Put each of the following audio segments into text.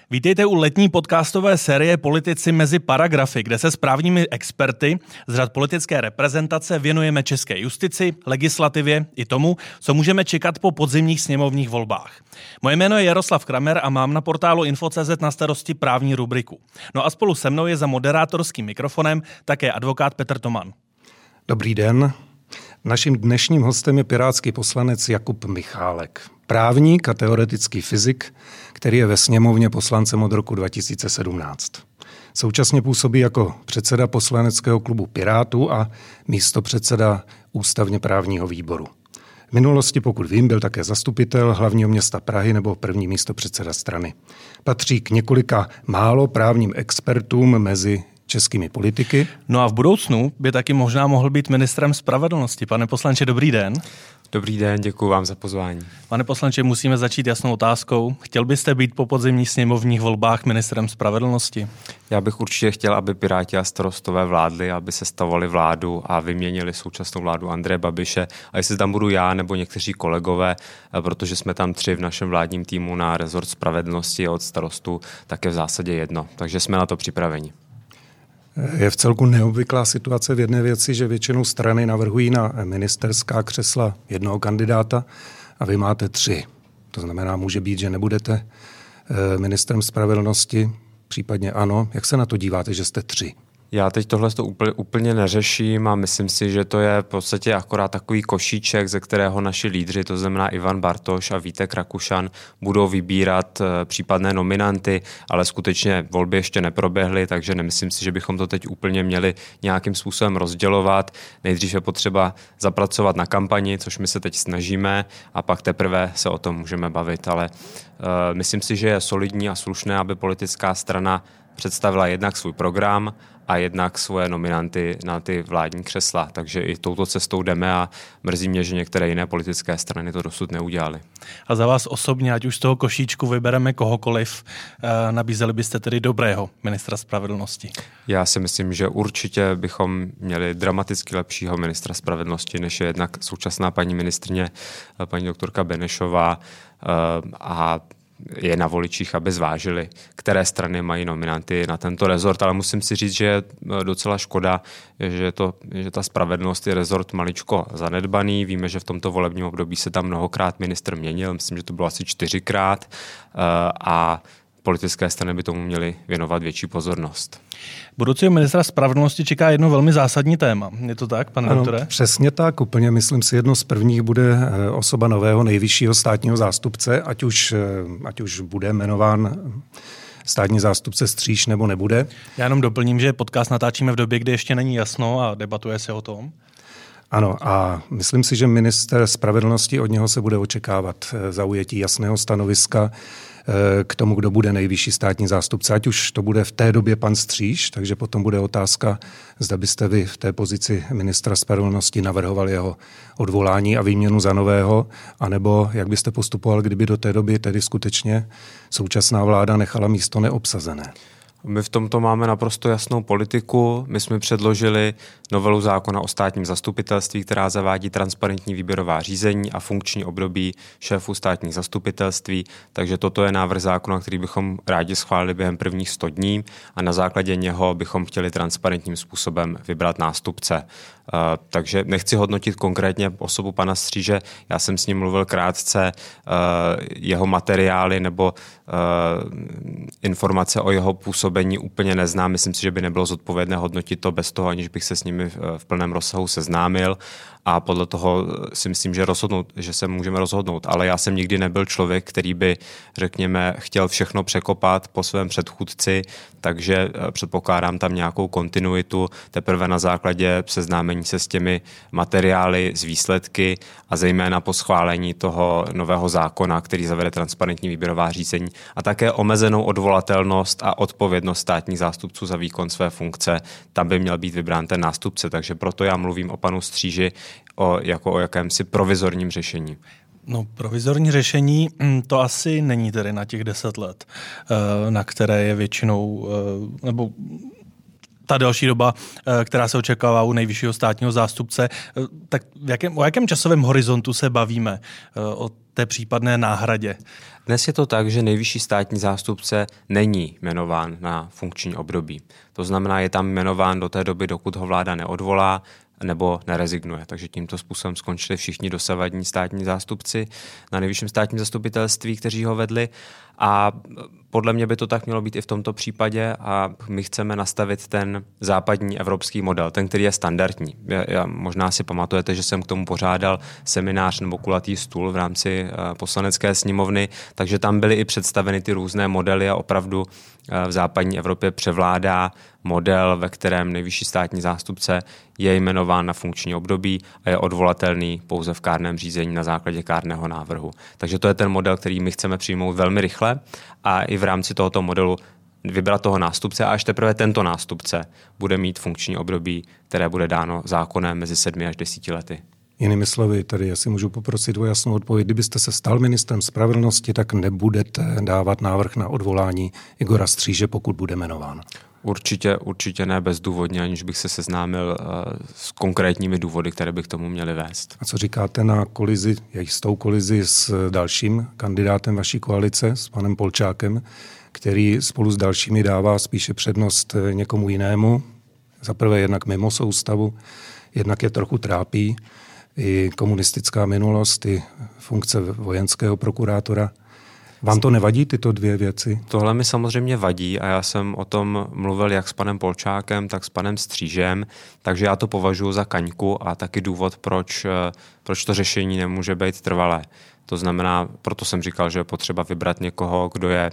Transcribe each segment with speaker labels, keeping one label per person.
Speaker 1: Vítejte u letní podcastové série Politici mezi paragrafy, kde se s právními experty z řad politické reprezentace věnujeme české justici, legislativě i tomu, co můžeme čekat po podzimních sněmovních volbách. Moje jméno je Jaroslav Kramer a mám na portálu Info.cz na starosti právní rubriku. No a spolu se mnou je za moderátorským mikrofonem také advokát Petr Toman.
Speaker 2: Dobrý den. Naším dnešním hostem je pirátský poslanec Jakub Michálek. Právník a teoretický fyzik, který je ve sněmovně poslancem od roku 2017. Současně působí jako předseda poslaneckého klubu Pirátů a místopředseda ústavně právního výboru. V minulosti, pokud vím, byl také zastupitel hlavního města Prahy nebo první místopředseda strany. Patří k několika málo právním expertům mezi českými politiky.
Speaker 1: No a v budoucnu by taky možná mohl být ministrem spravedlnosti. Pane poslanče, dobrý den.
Speaker 3: Dobrý den, děkuji vám za pozvání.
Speaker 1: Pane poslanče, musíme začít jasnou otázkou. Chtěl byste být po podzimních sněmovních volbách ministrem spravedlnosti?
Speaker 3: Já bych určitě chtěl, aby Piráti a Starostové vládli, aby sestavovali vládu a vyměnili současnou vládu Andreje Babiše. A jestli tam budu já nebo někteří kolegové, protože jsme tam 3 v našem vládním týmu na rezort spravedlnosti od starostů, tak je v zásadě jedno. Takže jsme na to připraveni.
Speaker 2: Je v celku neobvyklá situace v jedné věci, že většinou strany navrhují na ministerská křesla jednoho kandidáta a vy máte 3. To znamená, může být, že nebudete ministrem spravedlnosti, případně ano. Jak se na to díváte, že jste 3?
Speaker 3: Já teď tohle to úplně neřeším a myslím si, že to je v podstatě akorát takový košíček, ze kterého naši lídři, to znamená Ivan Bartoš a Vítek Rakušan, budou vybírat případné nominanty, ale skutečně volby ještě neproběhly, takže nemyslím si, že bychom to teď úplně měli nějakým způsobem rozdělovat. Nejdřív je potřeba zapracovat na kampani, což my se teď snažíme, a pak teprve se o tom můžeme bavit, ale myslím si, že je solidní a slušné, aby politická strana představila jednak svůj program a jednak svoje nominanty na ty vládní křesla. Takže i touto cestou jdeme a mrzí mě, že některé jiné politické strany to dosud neudělaly.
Speaker 1: A za vás osobně, ať už z toho košíčku vybereme kohokoliv, nabízeli byste tedy dobrého ministra spravedlnosti?
Speaker 3: Já si myslím, že určitě bychom měli dramaticky lepšího ministra spravedlnosti, než je jednak současná paní ministryně, paní doktorka Benešová, a je na voličích, aby zvážili, které strany mají nominanty na tento rezort, ale musím si říct, že je docela škoda, že ta spravedlnost je rezort maličko zanedbaný. Víme, že v tomto volebním období se tam mnohokrát ministr měnil, myslím, že to bylo asi 4krát, a politické strany by tomu měly věnovat větší pozornost.
Speaker 1: Budoucího ministra spravedlnosti čeká jedno velmi zásadní téma. Je to tak, pane doktore?
Speaker 2: Přesně tak, úplně myslím si, jedno z prvních bude osoba nového nejvyššího státního zástupce, ať už bude jmenován státní zástupce Stříž nebo nebude.
Speaker 1: Já jenom doplním, že podcast natáčíme v době, kdy ještě není jasno a debatuje se o tom.
Speaker 2: Ano, a myslím si, že ministr spravedlnosti, od něho se bude očekávat zaujetí jasného stanoviska k tomu, kdo bude nejvyšší státní zástupce. Ať už to bude v té době pan Stříž, takže potom bude otázka, zda byste vy v té pozici ministra spravedlnosti navrhoval jeho odvolání a výměnu za nového, anebo jak byste postupoval, kdyby do té doby tedy skutečně současná vláda nechala místo neobsazené.
Speaker 3: My v tomto máme naprosto jasnou politiku. My jsme předložili novelu zákona o státním zastupitelství, která zavádí transparentní výběrová řízení a funkční období šéfů státních zastupitelství. Takže toto je návrh zákona, který bychom rádi schválili během prvních 100 dní a na základě něho bychom chtěli transparentním způsobem vybrat nástupce. Takže nechci hodnotit konkrétně osobu pana Stříže. Já jsem s ním mluvil krátce, jeho materiály nebo informace o jeho působení úplně neznám. Myslím si, že by nebylo zodpovědné hodnotit to bez toho, aniž bych se s nimi v plném rozsahu seznámil. A podle toho si myslím, že se můžeme rozhodnout. Ale já jsem nikdy nebyl člověk, který by, řekněme, chtěl všechno překopat po svém předchůdci, takže předpokládám tam nějakou kontinuitu teprve na základě seznámení se s těmi materiály, s výsledky a zejména po schválení toho nového zákona, který zavede transparentní výběrová řízení a také omezenou odvolatelnost a odpovědnost státních zástupců za výkon své funkce. Tam by měl být vybrán ten nástupce, takže proto já mluvím o panu Stříži jako o jakémsi provizorním řešení.
Speaker 1: No, provizorní řešení to asi není tedy na těch 10 let, na které je většinou, nebo ta další doba, která se očekává u nejvyššího státního zástupce. Tak o jakém časovém horizontu se bavíme o té případné náhradě?
Speaker 3: Dnes je to tak, že nejvyšší státní zástupce není jmenován na funkční období. To znamená, je tam jmenován do té doby, dokud ho vláda neodvolá nebo nerezignuje. Takže tímto způsobem skončili všichni dosavadní státní zástupci na nejvyšším státním zastupitelství, kteří ho vedli. A podle mě by to tak mělo být i v tomto případě a my chceme nastavit ten západní evropský model, ten, který je standardní. Možná si pamatujete, že jsem k tomu pořádal seminář nebo kulatý stůl v rámci poslanecké sněmovny, takže tam byly i představeny ty různé modely a opravdu v západní Evropě převládá model, ve kterém nejvyšší státní zástupce je jmenován na funkční období a je odvolatelný pouze v kárném řízení na základě kárného návrhu. Takže to je ten model, který my chceme přijmout velmi rychle a i v rámci tohoto modelu vybrat toho nástupce a až teprve tento nástupce bude mít funkční období, které bude dáno zákonem mezi 7 až 10 lety.
Speaker 2: Jinými slovy, tady asi můžu poprosit o jasnou odpověď. Kdybyste se stal ministrem spravedlnosti, tak nebudete dávat návrh na odvolání Igora Stříže, pokud bude jmenován.
Speaker 3: Určitě ne bezdůvodně, aniž bych se seznámil s konkrétními důvody, které by k tomu měly vést.
Speaker 2: A co říkáte na kolizi, jistou kolizi s dalším kandidátem vaší koalice, s panem Polčákem, který spolu s dalšími dává spíše přednost někomu jinému? Za prvé jednak mimo soustavu, jednak je trochu trápí i komunistická minulost, i funkce vojenského prokurátora. Vám to nevadí, tyto dvě věci? Tohle
Speaker 3: mi samozřejmě vadí a já jsem o tom mluvil jak s panem Polčákem, tak s panem Střížem, takže já to považuji za kaňku a taky důvod, proč to řešení nemůže být trvalé. To znamená, proto jsem říkal, že je potřeba vybrat někoho, kdo je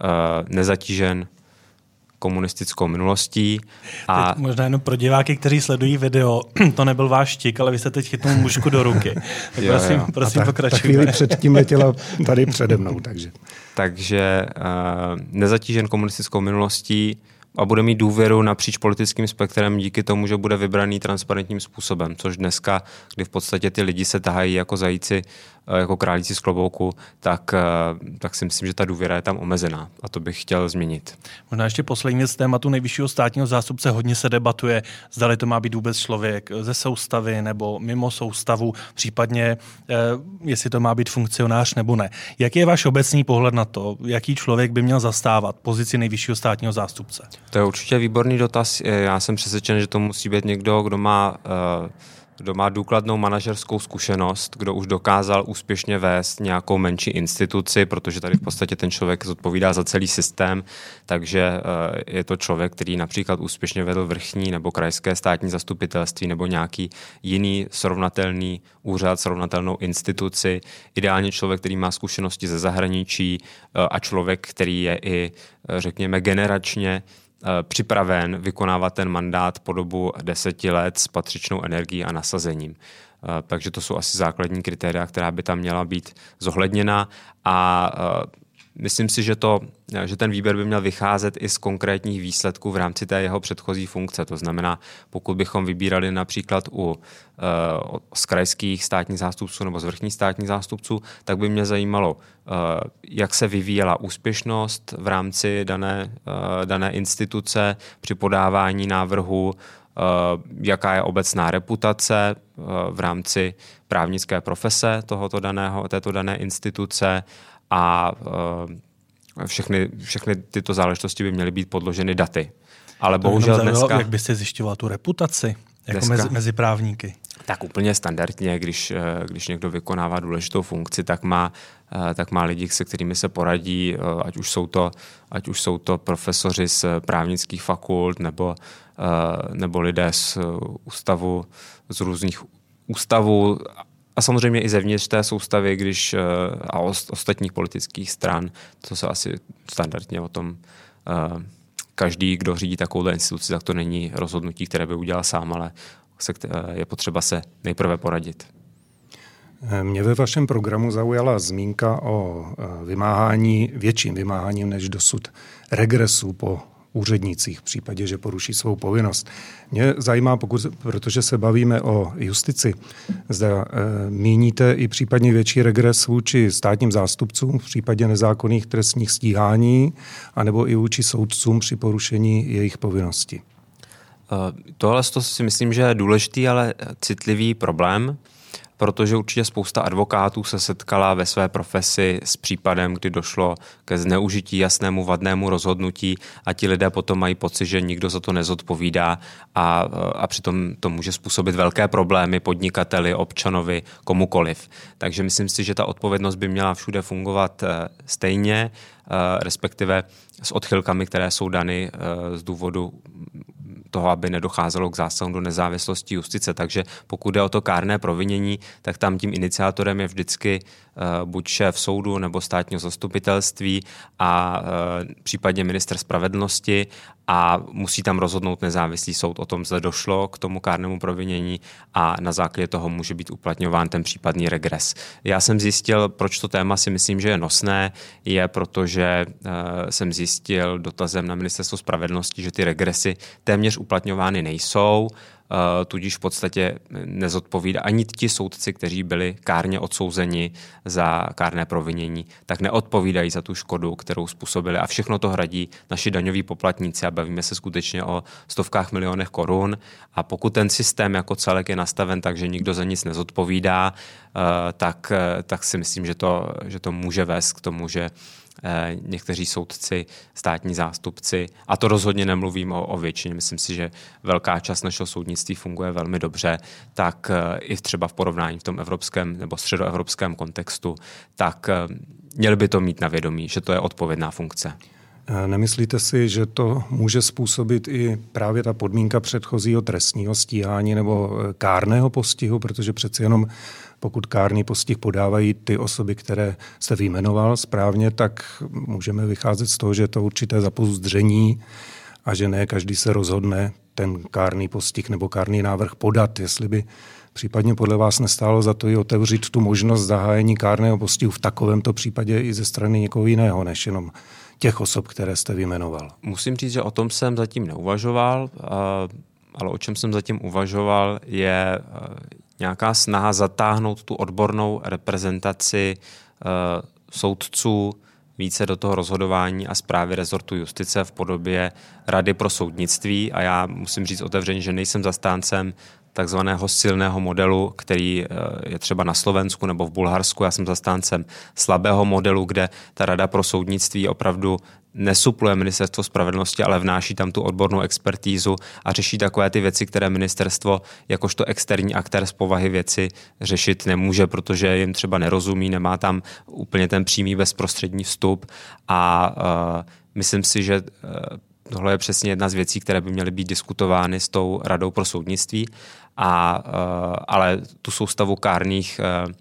Speaker 3: nezatížen komunistickou minulostí. A
Speaker 1: teď možná jenom pro diváky, kteří sledují video, to nebyl váš štik, ale vy se teď chytnul mužku do ruky. Tak prosím pokračujte. Ta
Speaker 2: chvíli předtím letěla tady přede mnou.
Speaker 3: Takže nezatížen komunistickou minulostí a bude mít důvěru napříč politickým spektrem díky tomu, že bude vybraný transparentním způsobem, což dneska, kdy v podstatě ty lidi se tahají jako zajíci, jako králíci z klobouku, tak si myslím, že ta důvěra je tam omezená a to bych chtěl změnit.
Speaker 1: Možná ještě poslední věc tématu nejvyššího státního zástupce. Hodně se debatuje, zdali to má být vůbec člověk ze soustavy nebo mimo soustavu, případně jestli to má být funkcionář nebo ne. Jaký je váš obecný pohled na to, jaký člověk by měl zastávat pozici nejvyššího státního zástupce?
Speaker 3: To je určitě výborný dotaz. Já jsem přesvědčen, že to musí být někdo, kdo má důkladnou manažerskou zkušenost, kdo už dokázal úspěšně vést nějakou menší instituci, protože tady v podstatě ten člověk zodpovídá za celý systém, takže je to člověk, který například úspěšně vedl vrchní nebo krajské státní zastupitelství nebo nějaký jiný srovnatelný úřad, srovnatelnou instituci. Ideálně člověk, který má zkušenosti ze zahraničí a člověk, který je i, řekněme, generačně připraven vykonávat ten mandát po dobu 10 let s patřičnou energií a nasazením. Takže to jsou asi základní kritéria, která by tam měla být zohledněna a myslím si, že ten výběr by měl vycházet i z konkrétních výsledků v rámci té jeho předchozí funkce. To znamená, pokud bychom vybírali například z krajských státních zástupců nebo z vrchních státních zástupců, tak by mě zajímalo, jak se vyvíjela úspěšnost v rámci dané instituce při podávání návrhu, jaká je obecná reputace v rámci právnické profese této dané instituce a všechny tyto záležitosti by měly být podloženy daty. Ale bohužel dneska...
Speaker 1: Jak byste zjišťoval tu reputaci jako mezi právníky?
Speaker 3: Tak úplně standardně, když někdo vykonává důležitou funkci, tak má lidi, se kterými se poradí, ať už jsou to profesoři z právnických fakult nebo lidé z různých ústavů a samozřejmě i zevnitř té soustavy, a ostatních politických stran, to se asi standardně o tom každý, kdo řídí takovou instituci, tak to není rozhodnutí, které by udělal sám, ale je potřeba se nejprve poradit.
Speaker 2: Mě ve vašem programu zaujala zmínka o větším vymáháním než dosud regresu po úřednících v případě, že poruší svou povinnost. Mě zajímá, protože se bavíme o justici, zda míníte i případně větší regres vůči státním zástupcům v případě nezákonných trestních stíhání, anebo i vůči soudcům při porušení jejich povinností.
Speaker 3: Tohle si myslím, že je důležitý, ale citlivý problém, protože určitě spousta advokátů se setkala ve své profesi s případem, kdy došlo ke zneužití jasnému vadnému rozhodnutí a ti lidé potom mají pocit, že nikdo za to nezodpovídá a přitom to může způsobit velké problémy podnikateli, občanovi, komukoliv. Takže myslím si, že ta odpovědnost by měla všude fungovat stejně, respektive s odchylkami, které jsou dany z důvodu toho, aby nedocházelo k zásahu do nezávislosti justice. Takže pokud jde o to kárné provinění, tak tam tím iniciátorem je vždycky buď šéf soudu nebo státního zastupitelství a případně ministr spravedlnosti a musí tam rozhodnout nezávislý soud o tom, zda došlo k tomu kárnému provinění a na základě toho může být uplatňován ten případný regres. Já jsem zjistil, proč to téma si myslím, že je nosné, je protože jsem zjistil dotazem na ministerstvo spravedlnosti, že ty regresy téměř uplatňovány nejsou, tudíž v podstatě nezodpovídá ani ti soudci, kteří byli kárně odsouzeni za kárné provinění, tak neodpovídají za tu škodu, kterou způsobili a všechno to hradí naši daňoví poplatníci a bavíme se skutečně o stovkách milionech korun a pokud ten systém jako celek je nastaven tak, že nikdo za nic nezodpovídá, tak si myslím, že to může vést k tomu, že někteří soudci, státní zástupci, a to rozhodně nemluvím o většině, myslím si, že velká část našeho soudnictví funguje velmi dobře, tak i třeba v porovnání v tom evropském nebo středoevropském kontextu, tak měli by to mít na vědomí, že to je odpovědná funkce.
Speaker 2: Nemyslíte si, že to může způsobit i právě ta podmínka předchozího trestního stíhání nebo kárného postihu, protože přeci jenom pokud kárný postih podávají ty osoby, které jste vyjmenoval správně, tak můžeme vycházet z toho, že je to určité zapouzdření a že ne každý se rozhodne ten kárný postih nebo kárný návrh podat, jestli by případně podle vás nestálo za to i otevřít tu možnost zahájení kárného postihu v takovémto případě i ze strany někoho jiného, než jenom těch osob, které jste vyjmenoval.
Speaker 3: Musím říct, že o tom jsem zatím neuvažoval, ale o čem jsem zatím uvažoval je nějaká snaha zatáhnout tu odbornou reprezentaci soudců více do toho rozhodování a správy rezortu justice v podobě Rady pro soudnictví a já musím říct otevřeně, že nejsem zastáncem takzvaného silného modelu, který je třeba na Slovensku nebo v Bulharsku. Já jsem zastáncem slabého modelu, kde ta Rada pro soudnictví opravdu nesupluje ministerstvo spravedlnosti, ale vnáší tam tu odbornou expertízu a řeší takové ty věci, které ministerstvo jakožto externí aktér z povahy věci řešit nemůže, protože jim třeba nerozumí, nemá tam úplně ten přímý bezprostřední vstup a myslím si, že tohle je přesně jedna z věcí, které by měly být diskutovány s tou Radou pro soudnictví, ale tu soustavu kárných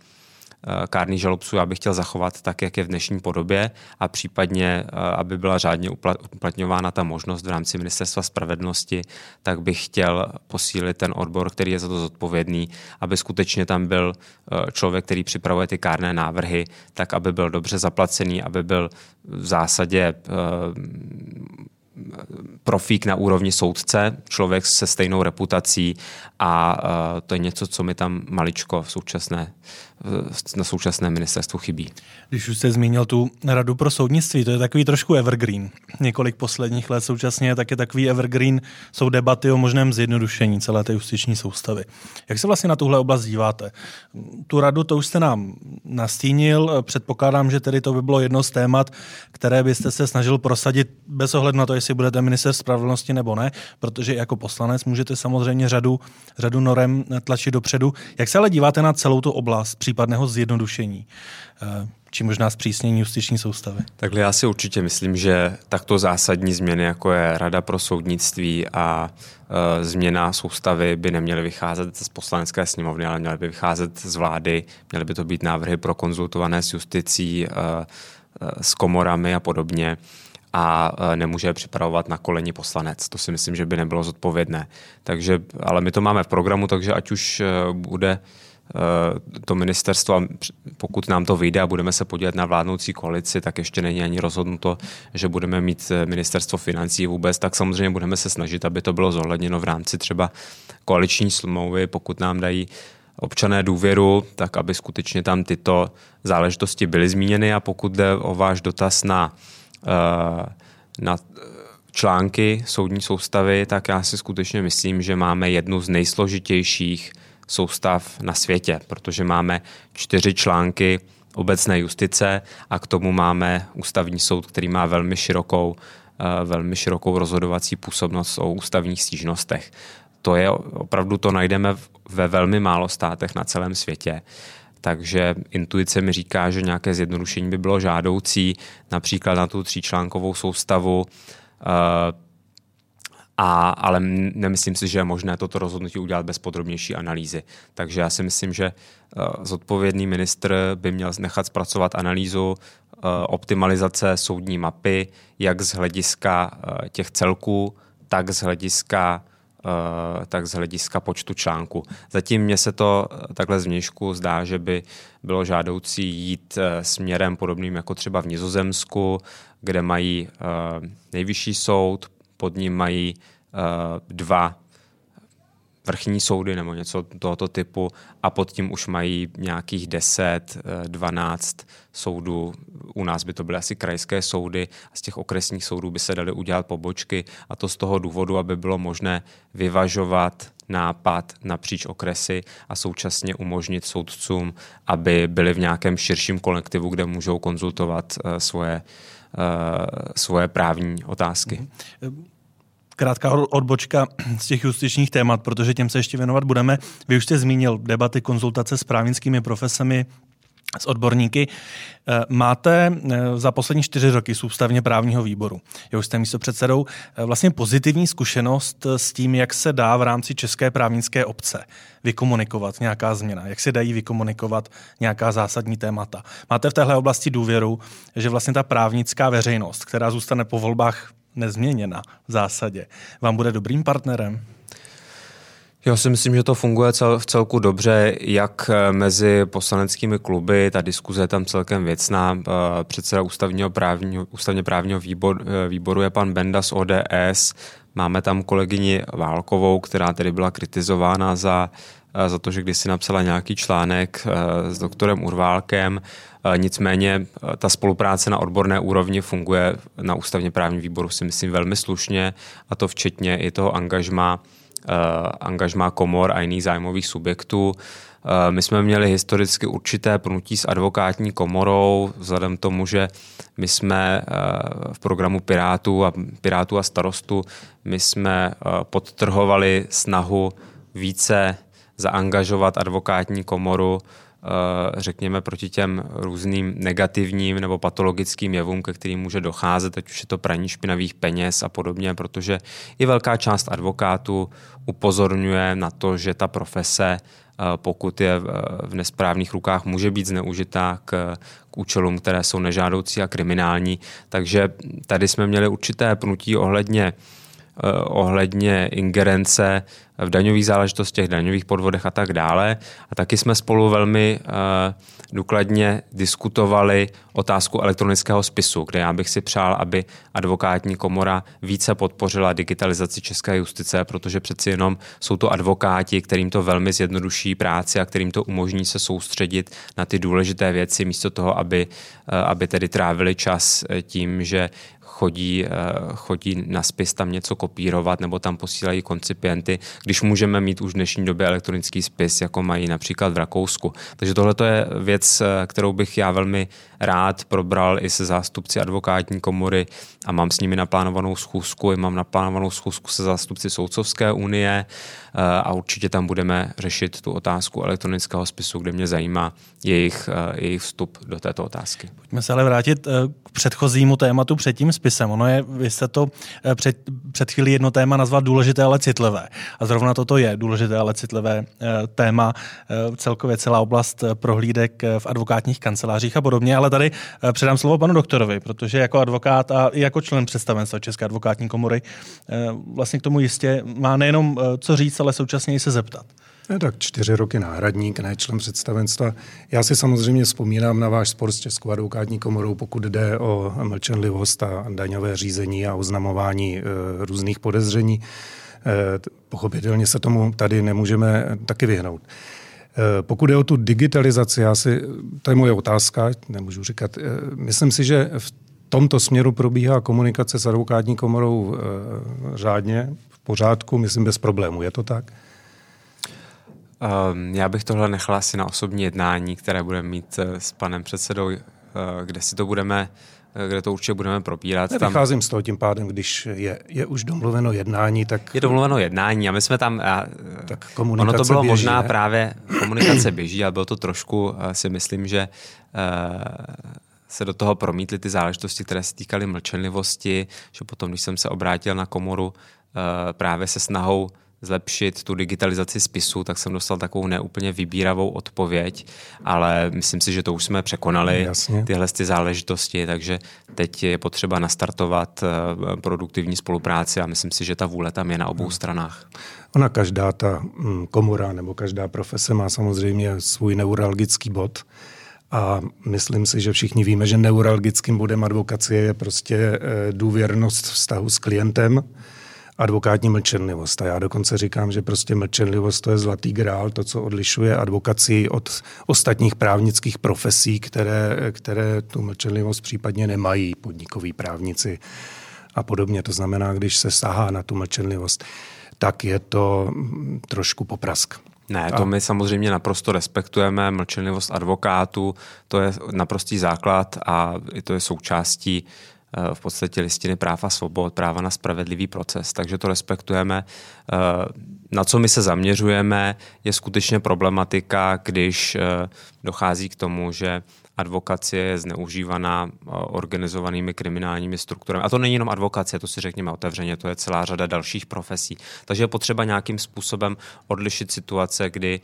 Speaker 3: žalobců já bych chtěl zachovat tak, jak je v dnešní podobě a případně, aby byla řádně uplatňována ta možnost v rámci ministerstva spravedlnosti, tak bych chtěl posílit ten odbor, který je za to zodpovědný, aby skutečně tam byl člověk, který připravuje ty kárné návrhy, tak aby byl dobře zaplacený, aby byl v zásadě profík na úrovni soudce, člověk se stejnou reputací a to je něco, co mi tam maličko na současné ministerstvu chybí.
Speaker 1: Když už jste zmínil tu Radu pro soudnictví, to je takový trošku evergreen. Několik posledních let současně tak je takový evergreen, jsou debaty o možném zjednodušení celé té justiční soustavy. Jak se vlastně na tuhle oblast díváte? Tu radu to už jste nám nastínil, předpokládám, že tedy to by bylo jedno z témat, které byste se snažil prosadit bez ohledu na to, jestli budete minister spravedlnosti nebo ne, protože jako poslanec můžete samozřejmě řadu norem tlačit dopředu. Jak se ale díváte na celou tu oblast případného zjednodušení či možná zpřísnění justiční soustavy?
Speaker 3: Takhle já si určitě myslím, že takto zásadní změny, jako je Rada pro soudnictví a změna soustavy by neměly vycházet z poslanecké sněmovny, ale měly by vycházet z vlády, měly by to být návrhy prokonzultované s justicí, s komorami a podobně a nemůže je připravovat na koleni poslanec. To si myslím, že by nebylo zodpovědné. Takže, ale my to máme v programu, takže ať už bude to ministerstvo, pokud nám to vyjde a budeme se podívat na vládnoucí koalici, tak ještě není ani rozhodnuto, že budeme mít ministerstvo financí vůbec, tak samozřejmě budeme se snažit, aby to bylo zohledněno v rámci třeba koaliční smlouvy, pokud nám dají občané důvěru, tak aby skutečně tam tyto záležitosti byly zmíněny a pokud jde o váš dotaz na články soudní soustavy, tak já si skutečně myslím, že máme jednu z nejsložitějších soustav na světě, protože máme 4 články obecné justice a k tomu máme ústavní soud, který má velmi širokou rozhodovací působnost o ústavních stížnostech. Opravdu to najdeme ve velmi málo státech na celém světě. Takže intuice mi říká, že nějaké zjednodušení by bylo žádoucí, například na tu 3článkovou soustavu, ale nemyslím si, že je možné toto rozhodnutí udělat bez podrobnější analýzy. Takže já si myslím, že zodpovědný ministr by měl nechat zpracovat analýzu optimalizace soudní mapy, jak z hlediska těch celků, tak z hlediska počtu článků. Zatím mně se to takhle zvnějšku zdá, že by bylo žádoucí jít směrem podobným jako třeba v Nizozemsku, kde mají nejvyšší soud, pod ním mají 2 vrchní soudy nebo něco tohoto typu a pod tím už mají nějakých 10, 12 soudů. U nás by to byly asi krajské soudy a z těch okresních soudů by se daly udělat pobočky a to z toho důvodu, aby bylo možné vyvažovat nápad napříč okresy a současně umožnit soudcům, aby byli v nějakém širším kolektivu, kde můžou konzultovat svoje právní otázky.
Speaker 1: Krátká odbočka z těch justičních témat, protože těm se ještě věnovat budeme. Vy už jste zmínil debaty, konzultace s právnickými profesemi, s odborníky. Máte za poslední 4 roky z ústavně právního výboru, jehož jste místopředsedou, vlastně pozitivní zkušenost s tím, jak se dá v rámci české právnické obce vykomunikovat nějaká změna, jak se dají vykomunikovat nějaká zásadní témata. Máte v téhle oblasti důvěru, že vlastně ta právnická veřejnost, která zůstane po volbách nezměněna v zásadě, vám bude dobrým partnerem?
Speaker 3: Já si myslím, že to funguje v celku dobře, jak mezi poslaneckými kluby, ta diskuze je tam celkem věcná. Předseda ústavně právního výboru je pan Benda z ODS. Máme tam kolegyni Válkovou, která tedy byla kritizována za to, že kdysi napsala nějaký článek s doktorem Urválkem. Nicméně ta spolupráce na odborné úrovni funguje na ústavně právním výboru, si myslím, velmi slušně, a to včetně i toho angažmá komor a jiných zájmových subjektů. My jsme měli historicky určité pnutí s advokátní komorou, vzhledem k tomu, že my jsme v programu Pirátů a Starostů, my jsme podtrhovali snahu více zaangažovat advokátní komoru, řekněme, proti těm různým negativním nebo patologickým jevům, ke kterým může docházet, ať už je to praní špinavých peněz a podobně, protože i velká část advokátů upozorňuje na to, že ta profese, pokud je v nesprávných rukách, může být zneužitá k účelům, které jsou nežádoucí a kriminální. Takže tady jsme měli určité pnutí ohledně ingerence v daňových záležitostech, daňových podvodech a tak dále. A taky jsme spolu velmi důkladně diskutovali otázku elektronického spisu, kde já bych si přál, aby advokátní komora více podpořila digitalizaci české justice, protože přeci jenom jsou to advokáti, kterým to velmi zjednoduší práci a kterým to umožní se soustředit na ty důležité věci, místo toho, aby tedy trávili čas tím, že chodí na spis tam něco kopírovat nebo tam posílají koncipienty, když můžeme mít už v dnešní době elektronický spis, jako mají například v Rakousku. Takže tohle je věc, kterou bych já velmi rád probral i se zástupci advokátní komory a mám s nimi naplánovanou schůzku, mám naplánovanou schůzku se zástupci Soudcovské unie a určitě tam budeme řešit tu otázku elektronického spisu, kde mě zajímá jejich vstup do této otázky.
Speaker 1: Pojďme se ale vrátit k předchozímu tématu před tím spisem. Vy jste to před chvílí jedno téma nazval důležité, ale citlivé. A zrovna toto je důležité, ale citlivé téma, celkově celá oblast prohlídek v advokátních kancelářích a podobně. Ale tady předám slovo panu doktorovi, protože jako advokát a i jako člen představenstva České advokátní komory vlastně k tomu jistě má nejenom co říct, ale současně i se zeptat.
Speaker 2: Tak 4 roky náhradník, ne člen představenstva. Já si samozřejmě vzpomínám na váš spor s Českou advokátní komorou, pokud jde o mlčenlivost a daňové řízení a oznamování různých podezření. Pochopitelně se tomu tady nemůžeme taky vyhnout. Pokud jde o tu digitalizaci, to je moje otázka, nemůžu říkat, myslím si, že v tomto směru probíhá komunikace s advokátní komorou řádně, v pořádku, myslím bez problémů. Je to tak?
Speaker 3: Já bych tohle nechal asi na osobní jednání, které budeme mít s panem předsedou, kde to určitě budeme probírat.
Speaker 2: Vycházím z toho tím pádem, když je už domluveno jednání, tak...
Speaker 3: Je domluveno jednání a my jsme tam...
Speaker 2: Tak komunikace
Speaker 3: ono to bylo
Speaker 2: běží,
Speaker 3: možná
Speaker 2: ne?
Speaker 3: právě... Komunikace běží, ale bylo to trošku, si myslím, že se do toho promítly ty záležitosti, které se týkaly mlčenlivosti, že potom, když jsem se obrátil na komoru právě se snahou zlepšit tu digitalizaci spisu, tak jsem dostal takovou neúplně vybíravou odpověď, ale myslím si, že to už jsme překonali, tyhle ty záležitosti, takže teď je potřeba nastartovat produktivní spolupráci a myslím si, že ta vůle tam je na obou stranách.
Speaker 2: Ona každá ta komora nebo každá profese má samozřejmě svůj neuralgický bod a myslím si, že všichni víme, že neuralgickým bodem advokacie je prostě důvěrnost vztahu s klientem, advokátní mlčenlivost. A já dokonce říkám, že prostě mlčenlivost to je zlatý grál, to, co odlišuje advokacii od ostatních právnických profesí, které tu mlčenlivost případně nemají, podnikoví právníci a podobně. To znamená, když se sahá na tu mlčenlivost, tak je to trošku poprask.
Speaker 3: Ne, to my samozřejmě naprosto respektujeme, mlčenlivost advokátů, to je naprostý základ a to je součástí v podstatě listiny práv a svobod, práva na spravedlivý proces, takže to respektujeme. Na co my se zaměřujeme, je skutečně problematika, když dochází k tomu, že advokacie je zneužívaná organizovanými kriminálními strukturami. A to není jenom advokacie, to si řekněme otevřeně, to je celá řada dalších profesí. Takže je potřeba nějakým způsobem odlišit situace, kdy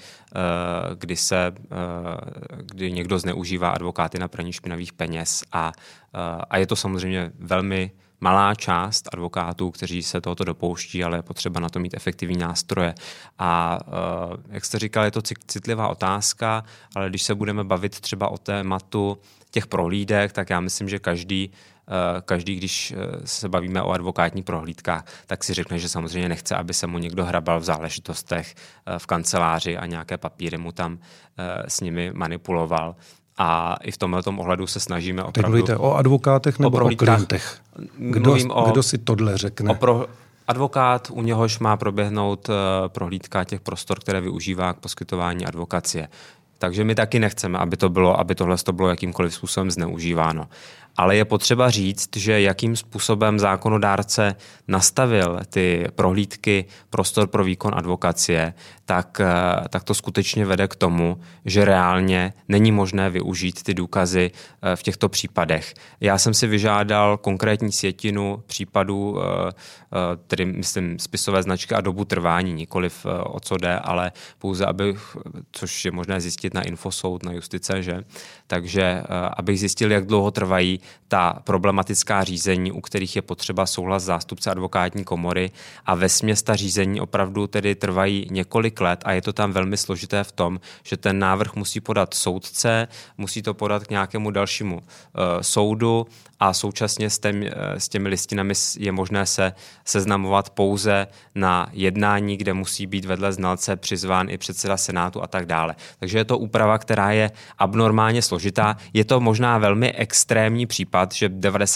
Speaker 3: někdo zneužívá advokáty na praní špinavých peněz a je to samozřejmě velmi malá část advokátů, kteří se tohoto dopouští, ale je potřeba na to mít efektivní nástroje. A jak jste říkal, je to citlivá otázka, ale když se budeme bavit třeba o tématu těch prohlídek, tak já myslím, že každý, když se bavíme o advokátních prohlídkách, tak si řekne, že samozřejmě nechce, aby se mu někdo hrabal v záležitostech v kanceláři a nějaké papíry mu tam s nimi manipuloval. A i v tomhletom ohledu se snažíme opravdu...
Speaker 2: Teď mluvíte o advokátech nebo o klientech? Kdo si tohle řekne?
Speaker 3: Advokát, u něhož má proběhnout prohlídka těch prostor, které využívá k poskytování advokacie. Takže my taky nechceme, aby tohle bylo jakýmkoliv způsobem zneužíváno. Ale je potřeba říct, že jakým způsobem zákonodárce nastavil ty prohlídky, prostor pro výkon advokacie, tak to skutečně vede k tomu, že reálně není možné využít ty důkazy v těchto případech. Já jsem si vyžádal konkrétní sjetinu případů, tedy myslím spisové značky a dobu trvání, nikoliv o co jde, ale pouze, což je možné zjistit na Infosoud, na Justice, že? Takže abych zjistil, jak dlouho trvají ta problematická řízení, u kterých je potřeba souhlas zástupce advokátní komory a vesměs ta řízení opravdu tedy trvají několik let a je to tam velmi složité v tom, že ten návrh musí podat soudce, musí to podat k nějakému dalšímu soudu a současně s těmi listinami je možné se seznamovat pouze na jednání, kde musí být vedle znalce přizván i předseda Senátu a tak dále. Takže je to úprava, která je abnormálně složitá. Je to možná velmi extrémní případ, že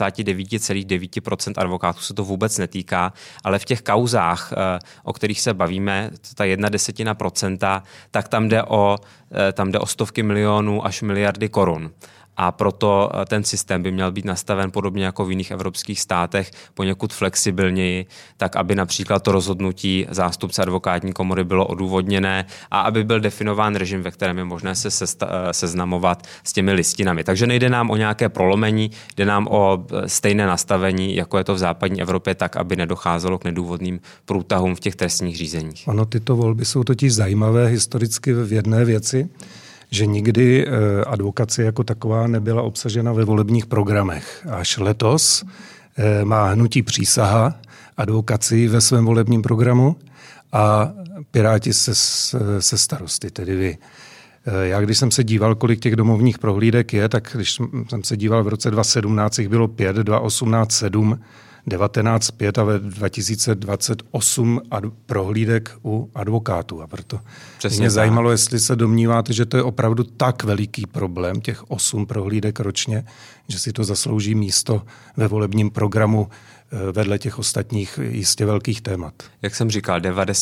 Speaker 3: 99,9% advokátů se to vůbec netýká, ale v těch kauzách, o kterých se bavíme, ta 0,1%, tak tam jde o stovky milionů až miliardy korun. A proto ten systém by měl být nastaven podobně jako v jiných evropských státech poněkud flexibilněji, tak aby například to rozhodnutí zástupce advokátní komory bylo odůvodněné a aby byl definován režim, ve kterém je možné se seznamovat s těmi listinami. Takže nejde nám o nějaké prolomení, jde nám o stejné nastavení, jako je to v západní Evropě, tak aby nedocházelo k nedůvodným průtahům v těch trestních řízeních.
Speaker 2: Ano, tyto volby jsou totiž zajímavé historicky v jedné věci, že nikdy advokacie jako taková nebyla obsažena ve volebních programech. Až letos má hnutí Přísaha advokacii ve svém volebním programu a Piráti se Starosty, tedy vy. Já když jsem se díval, kolik těch domovních prohlídek je, tak když jsem se díval v roce 2017, jich bylo 5, 2018 7, 19,5 a ve 2028 prohlídek u advokátů. A proto mě zajímalo, jestli se domníváte, že to je opravdu tak veliký problém, těch 8 prohlídek ročně, že si to zaslouží místo ve volebním programu vedle těch ostatních jistě velkých témat.
Speaker 3: Jak jsem říkal,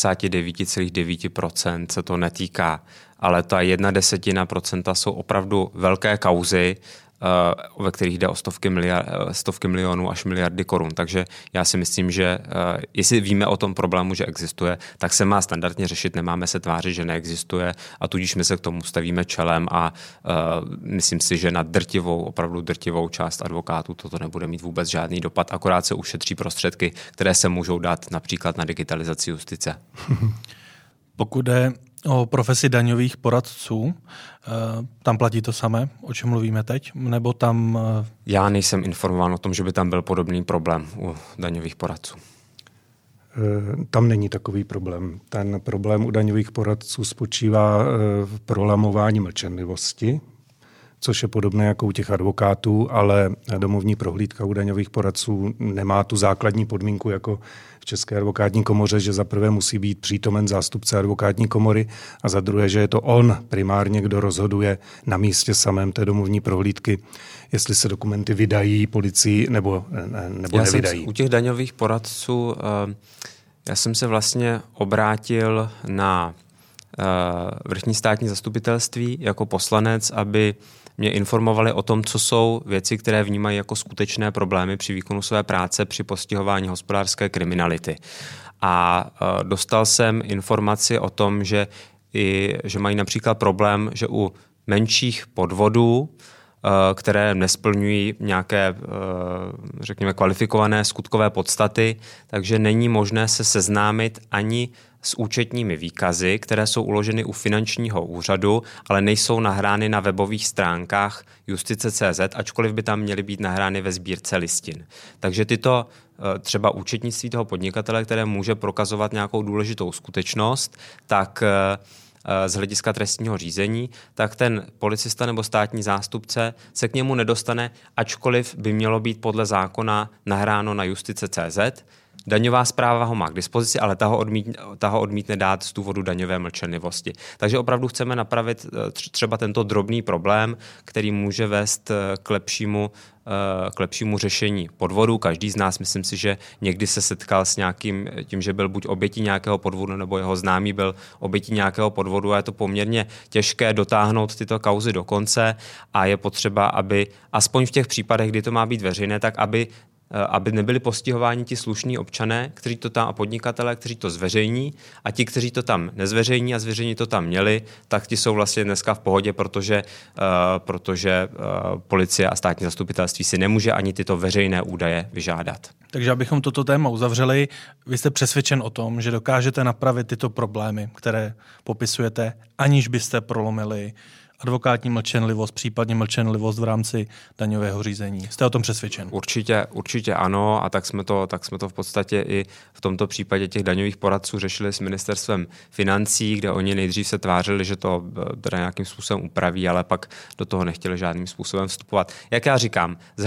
Speaker 3: 99,9% se to netýká, ale ta 0,1% jsou opravdu velké kauzy, ve kterých jde o stovky milionů až miliardy korun. Takže já si myslím, že jestli víme o tom problému, že existuje, tak se má standardně řešit, nemáme se tvářit, že neexistuje a tudíž my se k tomu stavíme čelem a myslím si, že na opravdu drtivou část advokátů toto nebude mít vůbec žádný dopad, akorát se ušetří prostředky, které se můžou dát například na digitalizaci justice.
Speaker 1: Pokud jde o profesi daňových poradců, tam platí to samé, o čem mluvíme teď? Nebo tam...
Speaker 3: Já nejsem informován o tom, že by tam byl podobný problém u daňových poradců.
Speaker 2: Tam není takový problém. Ten problém u daňových poradců spočívá v prolamování mlčenlivosti, což je podobné jako u těch advokátů, ale domovní prohlídka u daňových poradců nemá tu základní podmínku jako v České advokátní komoře, že za prvé musí být přítomen zástupce advokátní komory a za druhé, že je to on primárně, kdo rozhoduje na místě samém té domovní prohlídky, jestli se dokumenty vydají policii nebo nevydají.
Speaker 3: U těch daňových poradců já jsem se vlastně obrátil na vrchní státní zastupitelství jako poslanec, aby mě informovali o tom, co jsou věci, které vnímají jako skutečné problémy při výkonu své práce při postihování hospodářské kriminality. A dostal jsem informaci o tom, že mají například problém, že u menších podvodů, které nesplňují nějaké, řekněme, kvalifikované skutkové podstaty, takže není možné se seznámit ani s účetními výkazy, které jsou uloženy u finančního úřadu, ale nejsou nahrány na webových stránkách justice.cz, ačkoliv by tam měly být nahrány ve sbírce listin. Takže tyto třeba účetnictví toho podnikatele, které může prokazovat nějakou důležitou skutečnost, tak z hlediska trestního řízení, tak ten policista nebo státní zástupce se k němu nedostane, ačkoliv by mělo být podle zákona nahráno na justice.cz. Daňová správa ho má k dispozici, ale ta ho odmítne dát z důvodu daňové mlčenlivosti. Takže opravdu chceme napravit třeba tento drobný problém, který může vést k lepšímu řešení podvodu. Každý z nás, myslím si, že někdy se setkal s tím, že byl buď obětí nějakého podvodu, nebo jeho známý byl obětí nějakého podvodu a je to poměrně těžké dotáhnout tyto kauzy do konce a je potřeba, aby aspoň v těch případech, kdy to má být veřejné, tak aby nebyli postihováni ti slušní občané, kteří to tam a podnikatelé, kteří to zveřejní a ti, kteří to tam nezveřejní a zveřejní to tam měli, tak ti jsou vlastně dneska v pohodě, protože policie a státní zastupitelství si nemůže ani tyto veřejné údaje vyžádat.
Speaker 1: Takže abychom toto téma uzavřeli, vy jste přesvědčen o tom, že dokážete napravit tyto problémy, které popisujete, aniž byste prolomili advokátní mlčenlivost, případně mlčenlivost v rámci daňového řízení. Jste o tom přesvědčen?
Speaker 3: Určitě ano a tak jsme to v podstatě i v tomto případě těch daňových poradců řešili s ministerstvem financí, kde oni nejdřív se tvářili, že to teda nějakým způsobem upraví, ale pak do toho nechtěli žádným způsobem vstupovat. Jak já říkám, z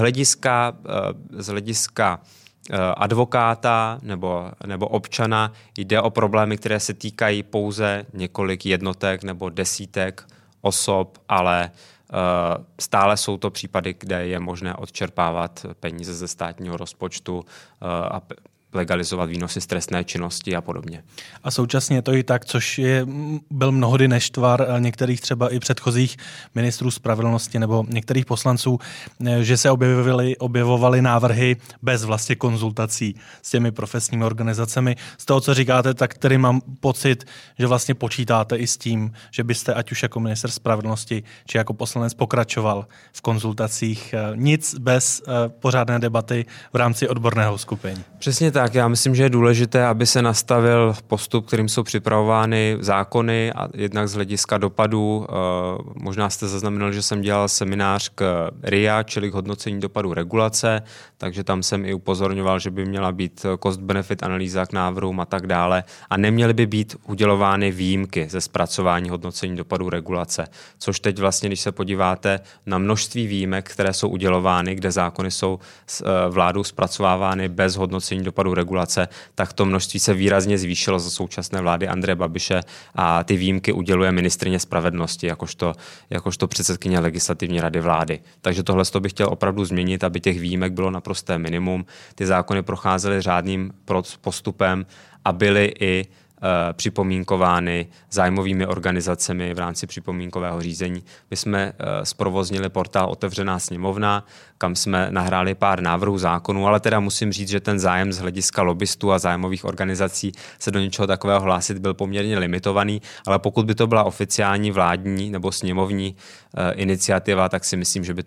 Speaker 3: hlediska advokáta nebo občana jde o problémy, které se týkají pouze několik jednotek nebo desítek osob, ale stále jsou to případy, kde je možné odčerpávat peníze ze státního rozpočtu a legalizovat výnosy z trestné činnosti a podobně. A
Speaker 1: současně je to i tak, což byl mnohdy neštvar některých třeba i předchozích ministrů spravedlnosti nebo některých poslanců, že se objevovaly návrhy bez vlastně konzultací s těmi profesními organizacemi. Z toho, co říkáte, tak tedy mám pocit, že vlastně počítáte i s tím, že byste ať už jako ministr spravedlnosti či jako poslanec pokračoval v konzultacích, nic bez pořádné debaty v rámci odborného uskupení.
Speaker 3: Přesně tak. Já myslím, že je důležité, aby se nastavil postup, kterým jsou připravovány zákony a jednak z hlediska dopadů. Možná jste zaznamenali, že jsem dělal seminář k RIA, čili k hodnocení dopadů regulace, takže tam jsem i upozorňoval, že by měla být cost-benefit analýza k návrhům a tak dále a neměly by být udělovány výjimky ze zpracování hodnocení dopadů regulace, což teď vlastně, když se podíváte na množství výjimek, které jsou udělovány, kde zákony jsou vládou zpracovávány bez hodnocení dopadů regulace, tak to množství se výrazně zvýšilo za současné vlády Andreje Babiše a ty výjimky uděluje ministryně spravedlnosti jakožto předsedkyně legislativní rady vlády. Takže tohle bych chtěl opravdu změnit, aby těch výjimek bylo naprosté minimum. Ty zákony procházely řádným postupem a byly i připomínkovány zájmovými organizacemi v rámci připomínkového řízení. My jsme zprovoznili portál Otevřená sněmovna, kam jsme nahráli pár návrhů zákonů, ale teda musím říct, že ten zájem z hlediska lobbystů a zájmových organizací se do něčeho takového hlásit byl poměrně limitovaný, ale pokud by to byla oficiální vládní nebo sněmovní iniciativa, tak si myslím, že by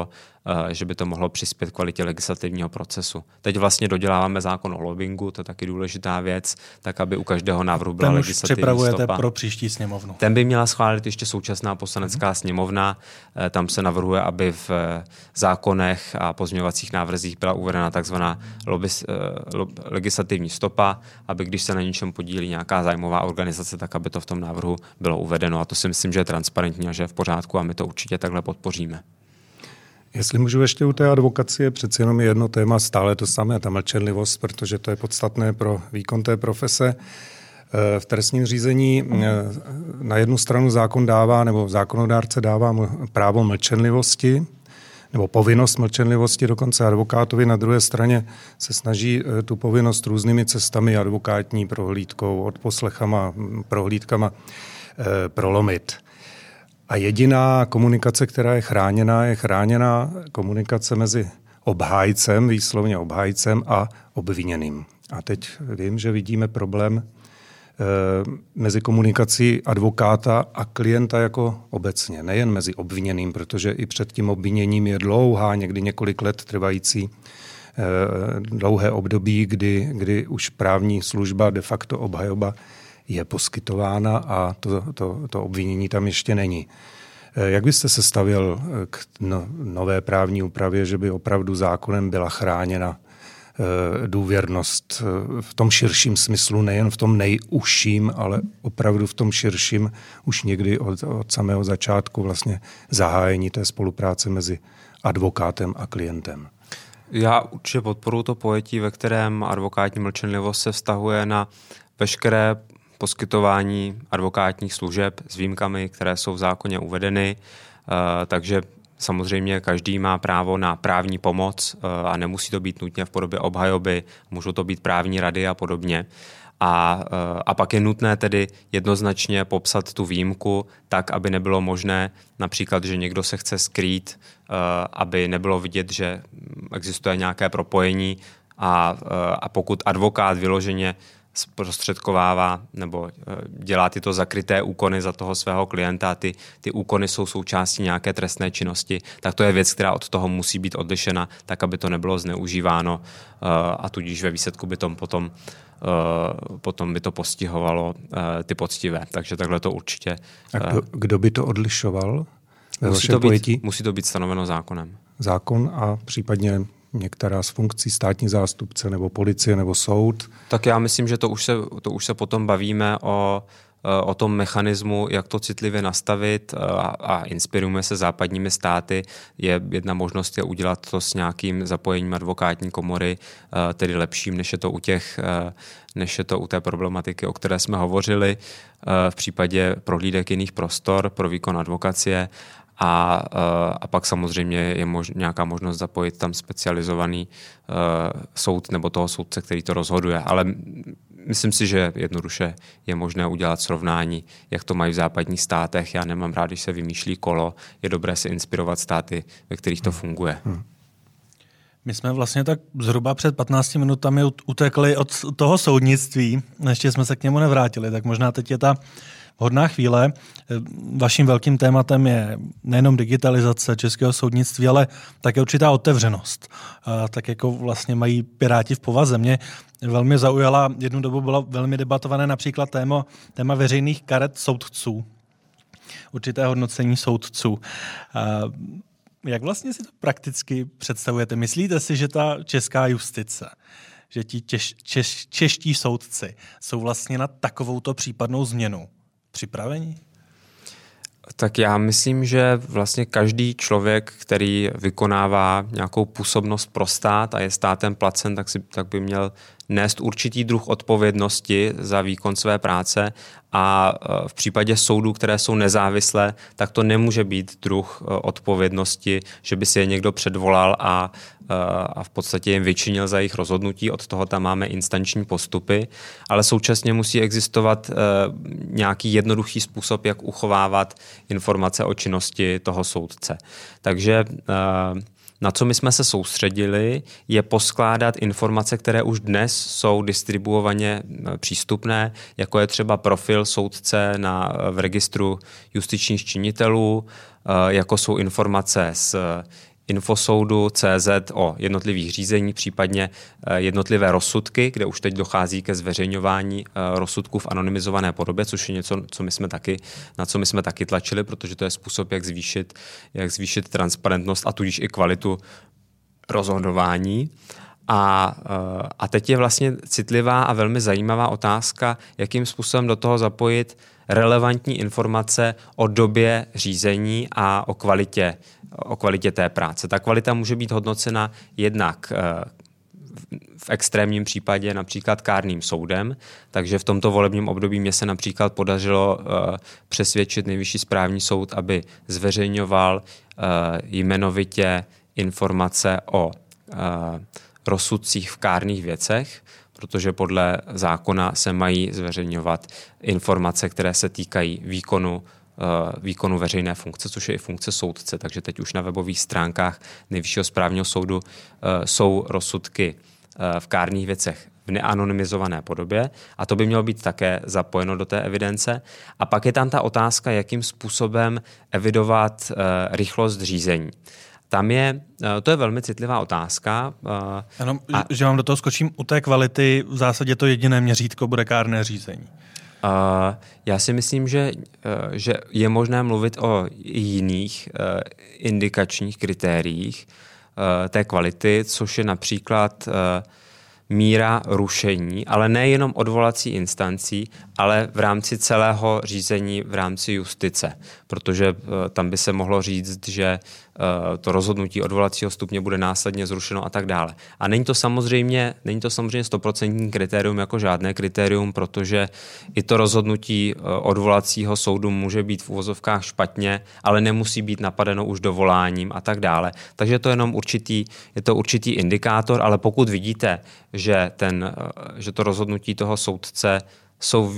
Speaker 3: to mohlo přispět kvalitě legislativního procesu. Teď vlastně doděláváme zákon o lobbingu, to je taky důležitá věc, tak aby u každého návrhu byla legislativní stopa.
Speaker 1: Ten už připravujete pro příští sněmovnu.
Speaker 3: Ten by měla schválit ještě současná poslanecká sněmovna. Tam se navrhuje, aby v zákonech a pozměňovacích návrzích byla uvedena takzvaná legislativní stopa, aby když se na něčem podílí nějaká zájmová organizace, tak aby to v tom návrhu bylo uvedeno. A to si myslím, že je transparentní a že je v pořádku a my to určitě takhle podpoříme.
Speaker 2: Jestli můžu ještě u té advokacie, přeci jenom je jedno téma stále to samé, ta mlčenlivost, protože to je podstatné pro výkon té profese. V trestním řízení na jednu stranu zákon dává, nebo zákonodárce dává právo mlčenlivosti, nebo povinnost mlčenlivosti dokonce advokátovi, na druhé straně se snaží tu povinnost různými cestami advokátní prohlídkou, odposlechama, prohlídkama prolomit. A jediná komunikace, která je chráněná komunikace mezi obhájcem, výslovně obhájcem a obviněným. A teď vím, že vidíme problém mezi komunikací advokáta a klienta jako obecně. Nejen mezi obviněným, protože i před tím obviněním je dlouhá, někdy několik let trvající dlouhé období, kdy už právní služba, de facto obhajoba je poskytována a to obvinění tam ještě není. Jak byste se stavěl k nové právní úpravě, že by opravdu zákonem byla chráněna důvěrnost v tom širším smyslu, nejen v tom nejužším, ale opravdu v tom širším, už někdy od samého začátku vlastně zahájení té spolupráce mezi advokátem a klientem?
Speaker 3: Já určitě podporuji to pojetí, ve kterém advokátní mlčenlivost se vztahuje na veškeré poskytování advokátních služeb s výjimkami, které jsou v zákoně uvedeny, takže samozřejmě každý má právo na právní pomoc a nemusí to být nutně v podobě obhajoby, můžou to být právní rady a podobně. A pak je nutné tedy jednoznačně popsat tu výjimku tak, aby nebylo možné například, že někdo se chce skrýt, aby nebylo vidět, že existuje nějaké propojení a pokud advokát vyloženě zprostředkovává nebo dělá tyto zakryté úkony za toho svého klienta a ty úkony jsou součástí nějaké trestné činnosti, tak to je věc, která od toho musí být odlišena, tak aby to nebylo zneužíváno a tudíž ve výsledku by potom by to postihovalo ty poctivé. Takže takhle to určitě.
Speaker 2: A kdo by to odlišoval?
Speaker 3: Musí to být stanoveno zákonem.
Speaker 2: Zákon a případně některá z funkcí státní zástupce nebo policie nebo soud?
Speaker 3: Tak já myslím, že to už se potom bavíme o tom mechanismu, jak to citlivě nastavit a inspirujeme se západními státy. Je jedna možnost je udělat to s nějakým zapojením advokátní komory, tedy lepším, než je to u té problematiky, o které jsme hovořili v případě prohlídek jiných prostor pro výkon advokacie. A pak samozřejmě je nějaká možnost zapojit tam specializovaný soud nebo toho soudce, který to rozhoduje. Ale myslím si, že jednoduše je možné udělat srovnání, jak to mají v západních státech. Já nemám rád, když se vymýšlí kolo. Je dobré se inspirovat státy, ve kterých to funguje.
Speaker 1: My jsme vlastně tak zhruba před 15 minutami utekli od toho soudnictví. Ještě jsme se k němu nevrátili, tak možná teď je ta hodná chvíle. Vaším velkým tématem je nejenom digitalizace českého soudnictví, ale také určitá otevřenost. Tak jako vlastně mají Piráti v povaze. Mě velmi zaujala, jednu dobu bylo velmi debatované například téma veřejných karet soudců. Určité hodnocení soudců. Jak vlastně si to prakticky představujete? Myslíte si, že ta česká justice, že ti čeští soudci jsou vlastně na takovouto případnou změnu připraveni?
Speaker 3: Tak já myslím, že vlastně každý člověk, který vykonává nějakou působnost pro stát a je státem placen, tak by měl nést určitý druh odpovědnosti za výkon své práce a v případě soudů, které jsou nezávislé, tak to nemůže být druh odpovědnosti, že by si je někdo předvolal a v podstatě jim vyčinil za jejich rozhodnutí. Od toho tam máme instanční postupy, ale současně musí existovat nějaký jednoduchý způsob, jak uchovávat informace o činnosti toho soudce. Takže na co my jsme se soustředili, je poskládat informace, které už dnes jsou distribuovaně přístupné, jako je třeba profil soudce v registru justičních činitelů, jako jsou informace z Infosoudu, CZ o jednotlivých řízení, případně jednotlivé rozsudky, kde už teď dochází ke zveřejňování rozsudků v anonymizované podobě, což je něco, na co my jsme taky tlačili, protože to je způsob, jak zvýšit transparentnost a tudíž i kvalitu rozhodování. A teď je vlastně citlivá a velmi zajímavá otázka, jakým způsobem do toho zapojit relevantní informace o době řízení a o kvalitě té práce. Ta kvalita může být hodnocena jednak v extrémním případě například kárným soudem, takže v tomto volebním období mě se například podařilo přesvědčit Nejvyšší správní soud, aby zveřejňoval jmenovitě informace o rozsudcích v kárných věcech, protože podle zákona se mají zveřejňovat informace, které se týkají výkonu veřejné funkce, což je i funkce soudce. Takže teď už na webových stránkách Nejvyššího správního soudu jsou rozsudky v kárných věcech v neanonymizované podobě a to by mělo být také zapojeno do té evidence. A pak je tam ta otázka, jakým způsobem evidovat rychlost řízení. To je velmi citlivá otázka.
Speaker 1: Že vám do toho skočím, u té kvality v zásadě to jediné měřítko bude kárné řízení.
Speaker 3: Já si myslím, že je možné mluvit o jiných indikačních kritériích té kvality, což je například míra rušení, ale nejenom odvolací instancí, ale v rámci celého řízení v rámci justice. Protože tam by se mohlo říct, že to rozhodnutí odvolacího stupně bude následně zrušeno a tak dále. A není to samozřejmě 100% kritérium jako žádné kritérium, protože i to rozhodnutí odvolacího soudu může být v uvozovkách špatně, ale nemusí být napadeno už dovoláním a tak dále. Takže to je jenom určitý indikátor, ale pokud vidíte, že to rozhodnutí toho soudce jsou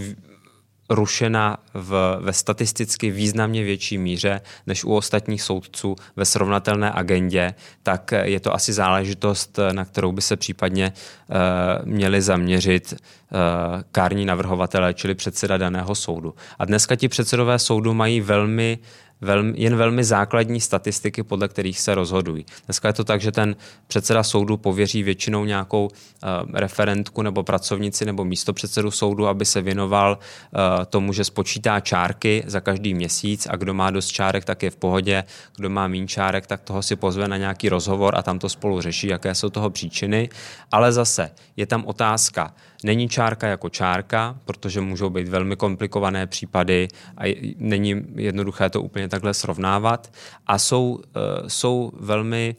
Speaker 3: rušena ve statisticky významně větší míře než u ostatních soudců ve srovnatelné agendě, tak je to asi záležitost, na kterou by se případně měli zaměřit kární navrhovatelé, čili předseda daného soudu. A dneska ti předsedové soudu mají jen velmi základní statistiky, podle kterých se rozhodují. Dneska je to tak, že ten předseda soudu pověří většinou nějakou referentku nebo pracovnici nebo místopředsedu soudu, aby se věnoval tomu, že spočítá čárky za každý měsíc a kdo má dost čárek, tak je v pohodě, kdo má míň čárek, tak toho si pozve na nějaký rozhovor a tam to spolu řeší, jaké jsou toho příčiny. Ale zase je tam otázka, není čárka jako čárka, protože můžou být velmi komplikované případy a není jednoduché to úplně takhle srovnávat. A jsou velmi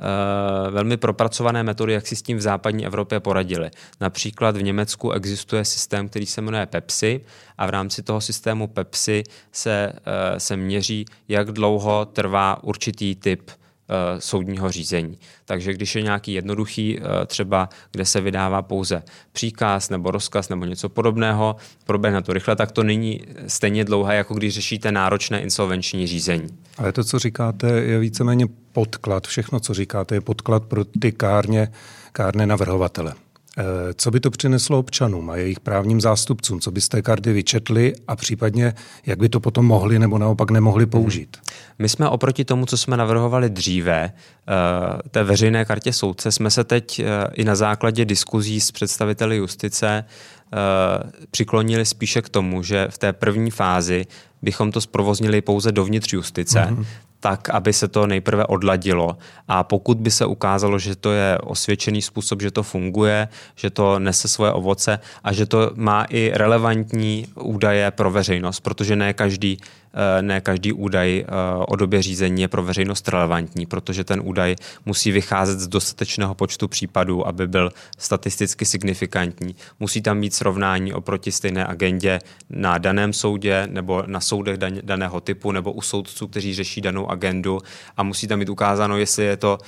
Speaker 3: propracované metody, jak si s tím v západní Evropě poradili. Například v Německu existuje systém, který se jmenuje PEPSI a v rámci toho systému PEPSI se měří, jak dlouho trvá určitý typ soudního řízení. Takže když je nějaký jednoduchý, třeba kde se vydává pouze příkaz nebo rozkaz nebo něco podobného, proběhne to rychle, tak to není stejně dlouhé, jako když řešíte náročné insolvenční řízení.
Speaker 2: Ale to, co říkáte, je víceméně podklad. Všechno, co říkáte, je podklad pro ty kárné navrhovatele. Co by to přineslo občanům a jejich právním zástupcům? Co by z té karty vyčetli a případně jak by to potom mohli nebo naopak nemohli použít?
Speaker 3: My jsme oproti tomu, co jsme navrhovali dříve, té veřejné kartě soudce, jsme se teď i na základě diskuzí s představiteli justice přiklonili spíše k tomu, že v té první fázi bychom to zprovoznili pouze dovnitř justice, tak, aby se to nejprve odladilo. A pokud by se ukázalo, že to je osvědčený způsob, že to funguje, že to nese svoje ovoce a že to má i relevantní údaje pro veřejnost, protože ne každý údaj o době řízení je pro veřejnost relevantní, protože ten údaj musí vycházet z dostatečného počtu případů, aby byl statisticky signifikantní. Musí tam být srovnání oproti stejné agendě na daném soudě nebo na soudech daného typu nebo u soudců, kteří řeší danou agendu a musí tam být ukázáno, jestli je to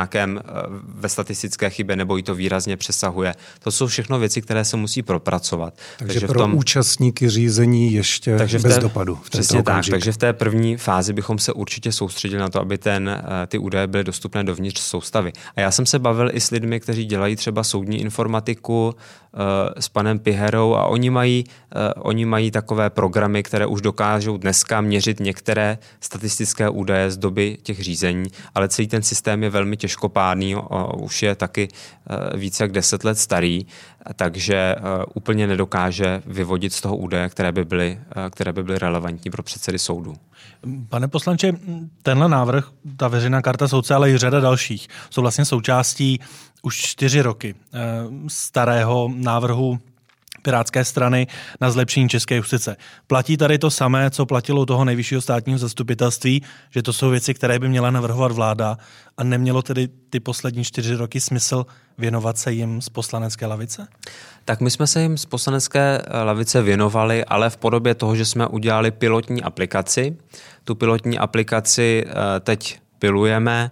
Speaker 3: ve statistické chybě nebo jí to výrazně přesahuje. To jsou všechno věci, které se musí propracovat.
Speaker 2: Takže pro účastníky řízení ještě bez dopadu.
Speaker 3: Přesně tak. Takže v té první fázi bychom se určitě soustředili na to, aby ty údaje byly dostupné dovnitř soustavy. A já jsem se bavil i s lidmi, kteří dělají třeba soudní informatiku, s panem Piherou a oni mají takové programy, které už dokážou dneska měřit některé statistické údaje z doby těch řízení, ale celý ten systém je velmi těžkopádný, už je taky více jak 10 let starý, takže úplně nedokáže vyvodit z toho údaje, které by byly relevantní pro předsedy soudu.
Speaker 1: Pane poslanče, tenhle návrh, ta veřejná karta soudce, ale i řada dalších, jsou vlastně součástí už 4 roky starého návrhu Pirátské strany na zlepšení české justice. Platí tady to samé, co platilo u toho nejvyššího státního zastupitelství, že to jsou věci, které by měla navrhovat vláda a nemělo tedy ty poslední 4 roky smysl věnovat se jim z poslanecké lavice?
Speaker 3: Tak my jsme se jim z poslanecké lavice věnovali, ale v podobě toho, že jsme udělali pilotní aplikaci. Tu pilotní aplikaci teď pilujeme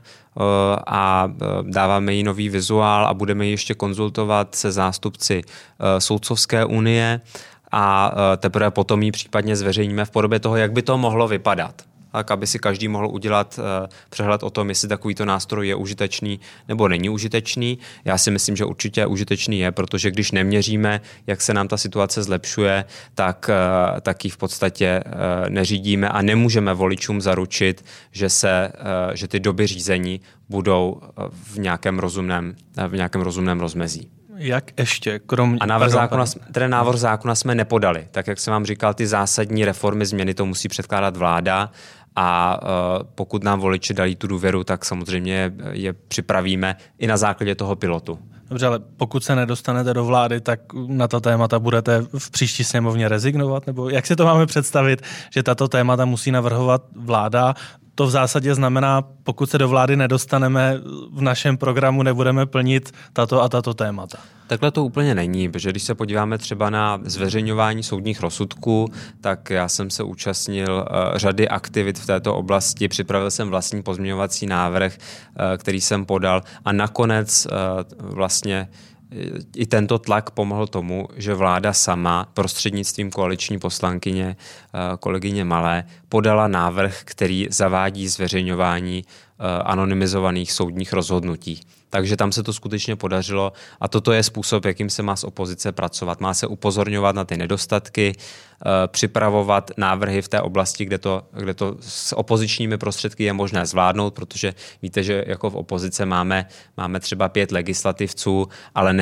Speaker 3: a dáváme jí nový vizuál a budeme ji ještě konzultovat se zástupci Soudcovské unie a teprve potom ji případně zveřejníme v podobě toho, jak by to mohlo vypadat. Tak, aby si každý mohl udělat přehled o tom, jestli takovýto nástroj je užitečný nebo není užitečný. Já si myslím, že určitě užitečný je, protože když neměříme, jak se nám ta situace zlepšuje, tak ji v podstatě neřídíme a nemůžeme voličům zaručit, že ty doby řízení budou v nějakém rozumném rozmezí.
Speaker 1: Jak ještě? A
Speaker 3: návrh zákona jsme nepodali. Tak, jak jsem vám říkal, ty zásadní reformy, změny to musí předkládat vláda a pokud nám voliči dají tu důvěru, tak samozřejmě je připravíme i na základě toho pilotu.
Speaker 1: Dobře, ale pokud se nedostanete do vlády, tak na ta témata budete v příští sněmovně rezignovat? Nebo jak si to máme představit, že tato témata musí navrhovat vláda? To v zásadě znamená, pokud se do vlády nedostaneme, v našem programu nebudeme plnit tato a tato témata.
Speaker 3: Takhle to úplně není, protože když se podíváme třeba na zveřejňování soudních rozsudků, tak já jsem se účastnil řady aktivit v této oblasti, připravil jsem vlastní pozměňovací návrh, který jsem podal a nakonec vlastně i tento tlak pomohl tomu, že vláda sama prostřednictvím koaliční poslankyně kolegyně Malé podala návrh, který zavádí zveřejňování anonymizovaných soudních rozhodnutí. Takže tam se to skutečně podařilo a toto je způsob, jakým se má z opozice pracovat. Má se upozorňovat na ty nedostatky, připravovat návrhy v té oblasti, kde to s opozičními prostředky je možné zvládnout, protože víte, že jako v opozici máme třeba 5 legislativců, ale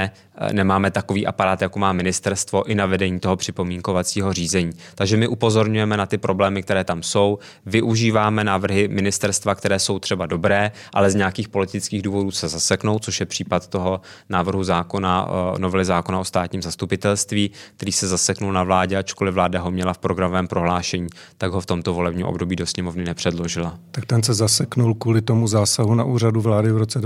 Speaker 3: nemáme takový aparát, jako má ministerstvo i na vedení toho připomínkovacího řízení. Takže my upozorňujeme na ty problémy, které tam jsou, využíváme návrhy ministerstva, které jsou třeba dobré, ale z nějakých politických důvodů se zaseknou, což je případ toho návrhu novely zákona o státním zastupitelství, který se zaseknul na vládě, ačkoliv vláda ho měla v programovém prohlášení, tak ho v tomto volebním období do sněmovny nepředložila.
Speaker 2: Tak ten se zaseknul kvůli tomu zásahu na úřadu vlády v roce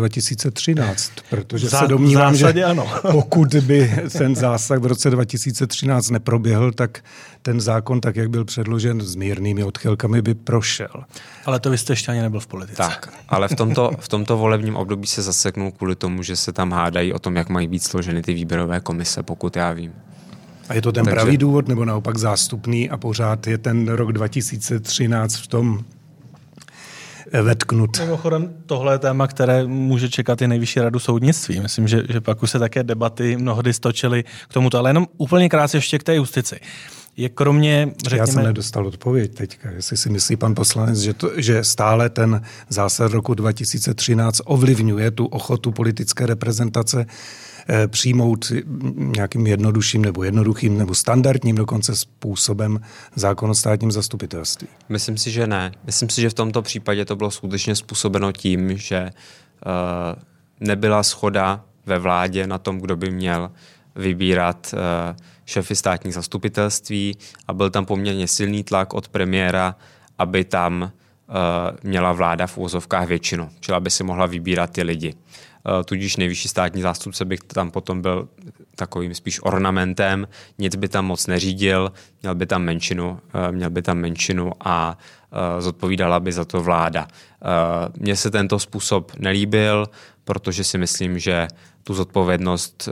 Speaker 2: 2013, protože se domnívám, že pokud by ten zásah v roce 2013 neproběhl, tak ten zákon, tak jak byl předložen s mírnými odchylkami, by prošel.
Speaker 1: Ale to vy jste ještě ani nebyl v politice.
Speaker 3: Tak, ale v tomto volebním období se zaseknul kvůli tomu, že se tam hádají o tom, jak mají být složeny ty výběrové komise, pokud já vím.
Speaker 2: A je to ten pravý důvod, nebo naopak zástupný a pořád je ten rok 2013 v tom vetknut.
Speaker 1: Mimochodem, tohle je téma, které může čekat i Nejvyšší radu soudnictví. Myslím, že pak už se také debaty mnohdy stočily k tomuto, ale jenom úplně krátce ještě k té justici. Je kromě, řekněme...
Speaker 2: Já jsem nedostal odpověď teďka, jestli si myslí pan poslanec, že stále ten zásah roku 2013 ovlivňuje tu ochotu politické reprezentace přijmout nějakým jednoduchým nebo standardním dokonce způsobem zákon o státním zastupitelství.
Speaker 3: Myslím si, že ne. Myslím si, že v tomto případě to bylo skutečně způsobeno tím, že nebyla shoda ve vládě na tom, kdo by měl vybírat šéfy státních zastupitelství a byl tam poměrně silný tlak od premiéra, aby tam měla vláda v úvozovkách většinu, čili aby si mohla vybírat ty lidi. Tudíž nejvyšší státní zástupce by tam potom byl takovým spíš ornamentem, nic by tam moc neřídil, měl by tam menšinu a zodpovídala by za to vláda. Mně se tento způsob nelíbil, protože si myslím, že tu zodpovědnost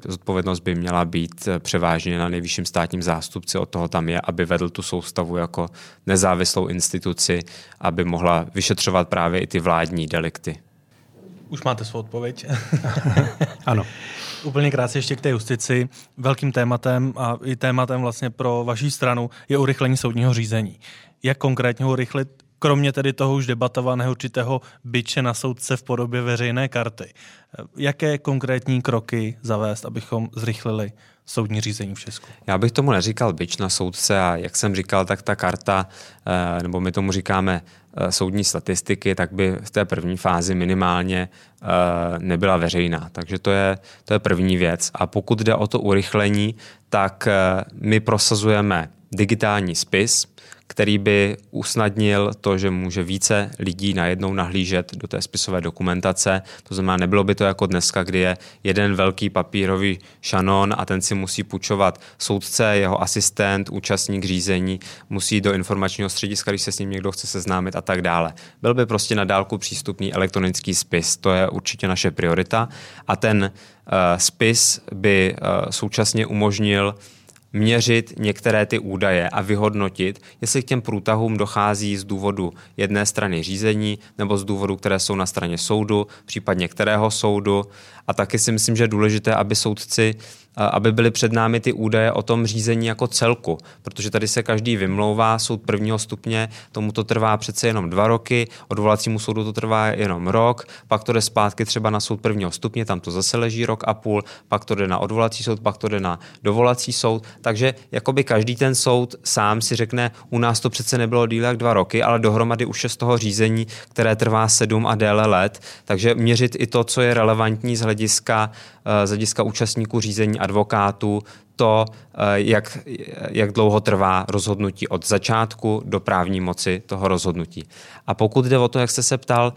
Speaker 3: by měla být převážně na nejvyšším státním zástupci, od toho tam je, aby vedl tu soustavu jako nezávislou instituci, aby mohla vyšetřovat právě i ty vládní delikty.
Speaker 1: Už máte svou odpověď.
Speaker 2: Ano.
Speaker 1: Úplně krátce ještě k té justici. Velkým tématem a i tématem vlastně pro vaši stranu je urychlení soudního řízení. Jak konkrétně ho urychlit, kromě tedy toho už debatovaného určitého biče na soudce v podobě veřejné karty? Jaké konkrétní kroky zavést, abychom zrychlili soudní řízení v Česku?
Speaker 3: Já bych tomu neříkal bič na soudce a jak jsem říkal, tak ta karta, nebo my tomu říkáme soudní statistiky, tak by v té první fázi minimálně nebyla veřejná. Takže to je první věc. A pokud jde o to urychlení, tak my prosazujeme digitální spis, který by usnadnil to, že může více lidí najednou nahlížet do té spisové dokumentace. To znamená, nebylo by to jako dneska, kdy je jeden velký papírový šanon a ten si musí půjčovat soudce, jeho asistent, účastník řízení, musí do informačního střediska, když se s ním někdo chce seznámit a tak dále. Byl by prostě na dálku přístupný elektronický spis. To je určitě naše priorita. A ten spis by současně umožnil měřit některé ty údaje a vyhodnotit, jestli k těm průtahům dochází z důvodu jedné strany řízení nebo z důvodu, které jsou na straně soudu, případně kterého soudu. A taky si myslím, že je důležité, aby soudci, aby byly před námi ty údaje o tom řízení jako celku, protože tady se každý vymlouvá, soud prvního stupně, tomu to trvá přece jenom 2 roky, odvolacímu soudu to trvá jenom rok, pak to jde zpátky třeba na soud prvního stupně, tam to zase leží 1,5 roku, pak to jde na odvolací soud, pak to jde na dovolací soud, takže jakoby každý ten soud sám si řekne, u nás to přece nebylo díl jak 2 roky, ale dohromady už je z toho řízení, které trvá 7 a déle let, takže měřit i to, co je relevantní z hlediska účastníků řízení, advokátů, to, jak dlouho trvá rozhodnutí od začátku do právní moci toho rozhodnutí. A pokud jde o to, jak jste se ptal,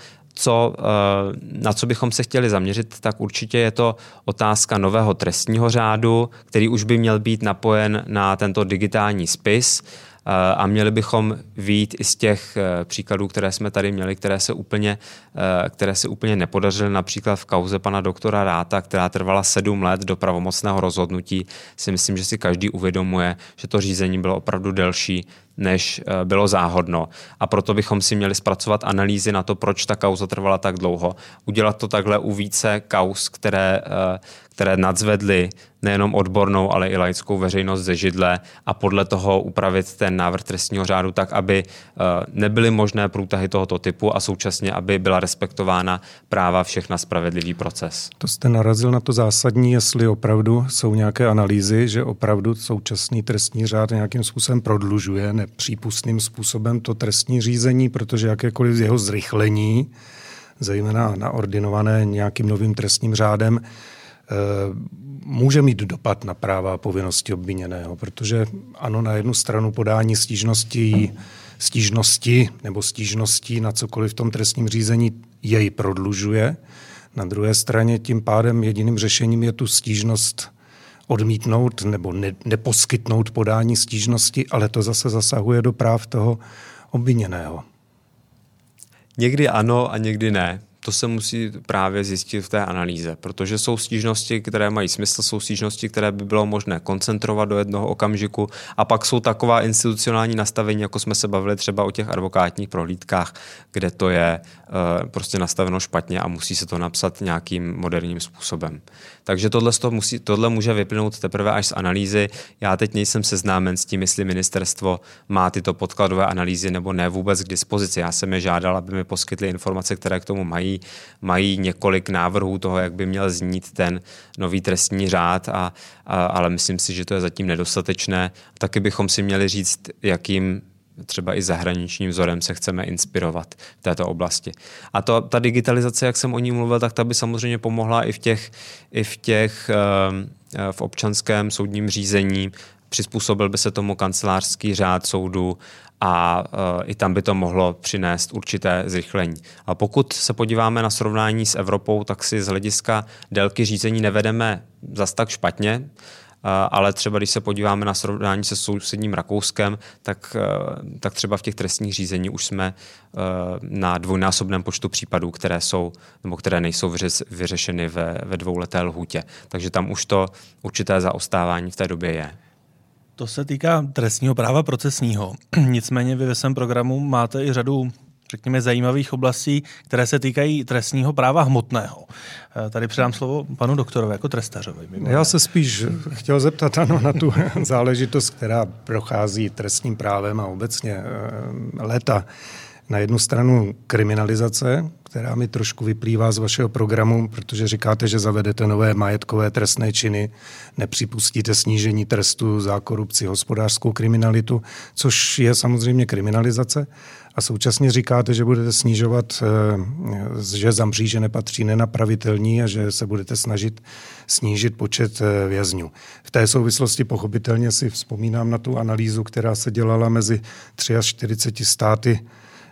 Speaker 3: na co bychom se chtěli zaměřit, tak určitě je to otázka nového trestního řádu, který už by měl být napojen na tento digitální spis a měli bychom vyjít i z těch příkladů, které jsme tady měli, které se úplně nepodařily, například v kauze pana doktora Ráta, která trvala 7 let do pravomocného rozhodnutí. Si myslím, že si každý uvědomuje, že to řízení bylo opravdu delší, než bylo záhodno. A proto bychom si měli zpracovat analýzy na to, proč ta kauza trvala tak dlouho. Udělat to takhle u více kauz, které nadzvedly nejenom odbornou, ale i laickou veřejnost ze židle a podle toho upravit ten návrh trestního řádu tak, aby nebyly možné průtahy tohoto typu a současně, aby byla respektována práva všech na spravedlivý proces.
Speaker 2: To jste narazil na to zásadní, jestli opravdu jsou nějaké analýzy, že opravdu současný trestní řád nějakým způsobem prodlužuje nepřípustným způsobem to trestní řízení, protože jakékoliv jeho zrychlení, zejména naordinované nějakým novým trestním řádem, může mít dopad na práva a povinnosti obviněného, protože ano, na jednu stranu podání stížnosti na cokoliv v tom trestním řízení jej prodlužuje, na druhé straně tím pádem jediným řešením je tu stížnost odmítnout nebo neposkytnout podání stížnosti, ale to zase zasahuje do práv toho obviněného.
Speaker 3: Někdy ano a někdy ne. To se musí právě zjistit v té analýze, protože jsou stížnosti, které mají smysl, jsou stížnosti, které by bylo možné koncentrovat do jednoho okamžiku a pak jsou taková institucionální nastavení, jako jsme se bavili třeba o těch advokátních prohlídkách, kde to je prostě nastaveno špatně a musí se to napsat nějakým moderním způsobem. Takže tohle může vyplynout teprve až z analýzy. Já teď nejsem seznámen s tím, jestli ministerstvo má tyto podkladové analýzy nebo ne vůbec k dispozici. Já jsem je žádal, aby mi poskytli informace, které k tomu mají několik návrhů toho, jak by měl znít ten nový trestní řád, ale myslím si, že to je zatím nedostatečné. Taky bychom si měli říct, jakým třeba i zahraničním vzorem se chceme inspirovat v této oblasti. A ta digitalizace, jak jsem o ní mluvil, tak ta by samozřejmě pomohla i v občanském soudním řízení. Přizpůsobil by se tomu kancelářský řád soudu a i tam by to mohlo přinést určité zrychlení. A pokud se podíváme na srovnání s Evropou, tak si z hlediska délky řízení nevedeme zas tak špatně, ale třeba když se podíváme na srovnání se sousedním Rakouskem, tak třeba v těch trestních řízení už jsme na dvojnásobném počtu případů, které nejsou vyřešeny ve dvouleté lhůtě. Takže tam už to určité zaostávání v té době je.
Speaker 1: To se týká trestního práva procesního. Nicméně vy ve svém programu máte i řadu, řekněme, zajímavých oblastí, které se týkají trestního práva hmotného. Tady předám slovo panu doktorovi jako trestařovi.
Speaker 2: Já se spíš chtěl zeptat na tu záležitost, která prochází trestním právem a obecně léta. Na jednu stranu kriminalizace, která mi trošku vyplývá z vašeho programu, protože říkáte, že zavedete nové majetkové trestné činy, nepřipustíte snížení trestu za korupci, hospodářskou kriminalitu, což je samozřejmě kriminalizace. A současně říkáte, že budete snižovat, že za mříže nepatří nenapravitelní a že se budete snažit snížit počet vězňů. V té souvislosti pochopitelně si vzpomínám na tu analýzu, která se dělala mezi 43 státy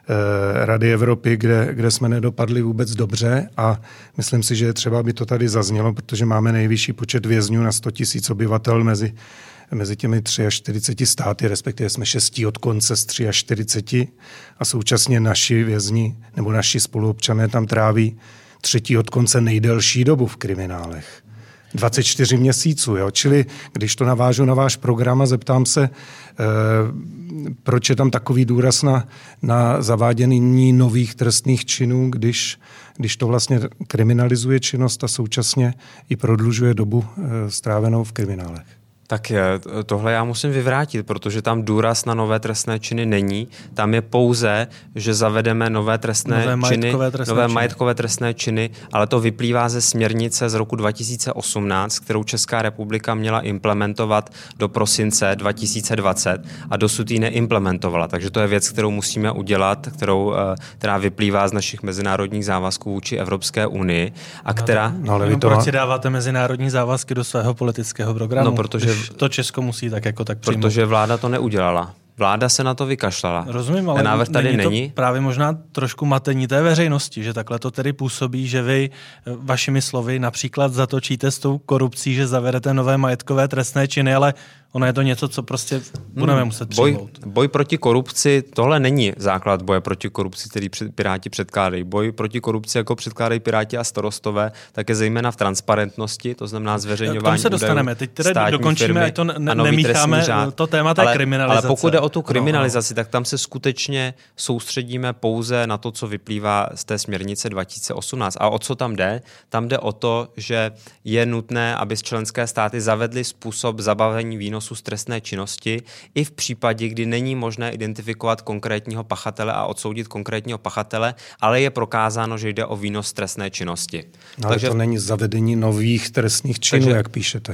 Speaker 2: Rady Evropy, kde jsme nedopadli vůbec dobře a myslím si, že třeba by to tady zaznělo, protože máme nejvyšší počet vězňů na 100 000 obyvatel mezi těmi 43 státy, respektive jsme 6 od konce z 43 a současně naši vězni nebo naši spoluobčané tam tráví 3 od konce nejdelší dobu v kriminálech. 24 měsíců, jo? Čili když to navážu na váš program a zeptám se, proč je tam takový důraz na zavádění nových trestných činů, když to vlastně kriminalizuje činnost a současně i prodlužuje dobu strávenou v kriminálech.
Speaker 3: Tak tohle já musím vyvrátit, protože tam důraz na nové trestné činy není. Tam je pouze, že zavedeme nové majetkové trestné činy, ale to vyplývá ze směrnice z roku 2018, kterou Česká republika měla implementovat do prosince 2020 a dosud ji neimplementovala. Takže to je věc, kterou musíme udělat, která vyplývá z našich mezinárodních závazků vůči Evropské unii a která...
Speaker 1: Proč si dáváte mezinárodní závazky do svého politického programu?
Speaker 3: No, protože
Speaker 1: to Česko musí tak jako tak přijmout.
Speaker 3: Protože vláda to neudělala. Vláda se na to vykašlala.
Speaker 1: Rozumím, ale
Speaker 3: návrh tady není.
Speaker 1: To právě možná trošku matení té veřejnosti, že takhle to tedy působí, že vy vašimi slovy například zatočíte s tou korupcí, že zavedete nové majetkové trestné činy, ale ono je to něco, co prostě budeme muset přijmout.
Speaker 3: Boj proti korupci, tohle není základ boje proti korupci, který Piráti předkládají. Boj proti korupci, jako předkládají Piráti a Starostové, tak je zejména v transparentnosti, to znamená zveřejňování údajů.
Speaker 1: K tomu se dostaneme. Teď teda dokončíme, ať to nemícháme to téma té kriminalizace.
Speaker 3: Ale pokud jde o tu kriminalizaci, tak tam se skutečně soustředíme pouze na to, co vyplývá z té směrnice 2018. A o co tam jde? Tam jde o to, že je nutné, aby členské státy zavedly způsob zabavení výnosu z trestné činnosti i v případě, kdy není možné identifikovat konkrétního pachatele a odsoudit konkrétního pachatele, ale je prokázáno, že jde o výnos trestné činnosti.
Speaker 2: Ale takže to není zavedení nových trestných činů, jak píšete.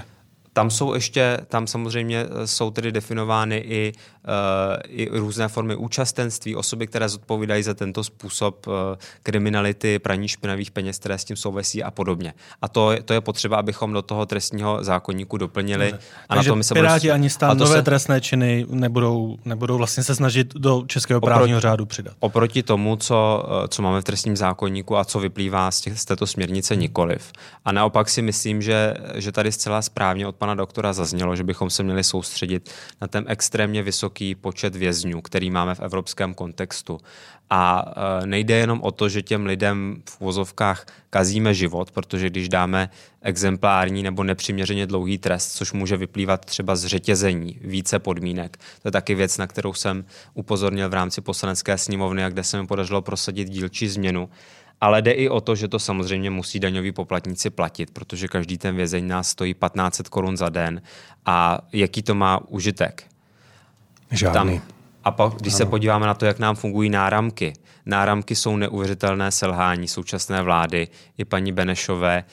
Speaker 3: Tam samozřejmě jsou tedy definovány i různé formy účastenství, osoby, které zodpovídají za tento způsob kriminality, praní špinavých peněz, které s tím souvisí a podobně. A to je potřeba, abychom do toho trestního zákoníku doplnili.
Speaker 1: Dobře. A takže na to Piráti ani stát nové trestné činy nebudou vlastně se snažit do českého právního řádu přidat.
Speaker 3: Oproti tomu, co máme v trestním zákoníku a co vyplývá z této směrnice nikoliv. A naopak si myslím, že tady zcela správně od pana doktora zaznělo, že bychom se měli soustředit na ten extrémně vysoký počet vězňů, který máme v evropském kontextu. A nejde jenom o to, že těm lidem v uvozovkách kazíme život, protože když dáme exemplární nebo nepřiměřeně dlouhý trest, což může vyplývat třeba z řetězení, více podmínek. To je taky věc, na kterou jsem upozornil v rámci poslanecké sněmovny a kde se mi podařilo prosadit dílčí změnu. Ale jde i o to, že to samozřejmě musí daňoví poplatníci platit, protože každý ten vězeň nás stojí 1500 korun za den. A jaký to má užitek?
Speaker 2: Žádný.
Speaker 3: A pak, když se podíváme na to, jak nám fungují náramky. Náramky jsou neuvěřitelné selhání současné vlády, i paní Benešové,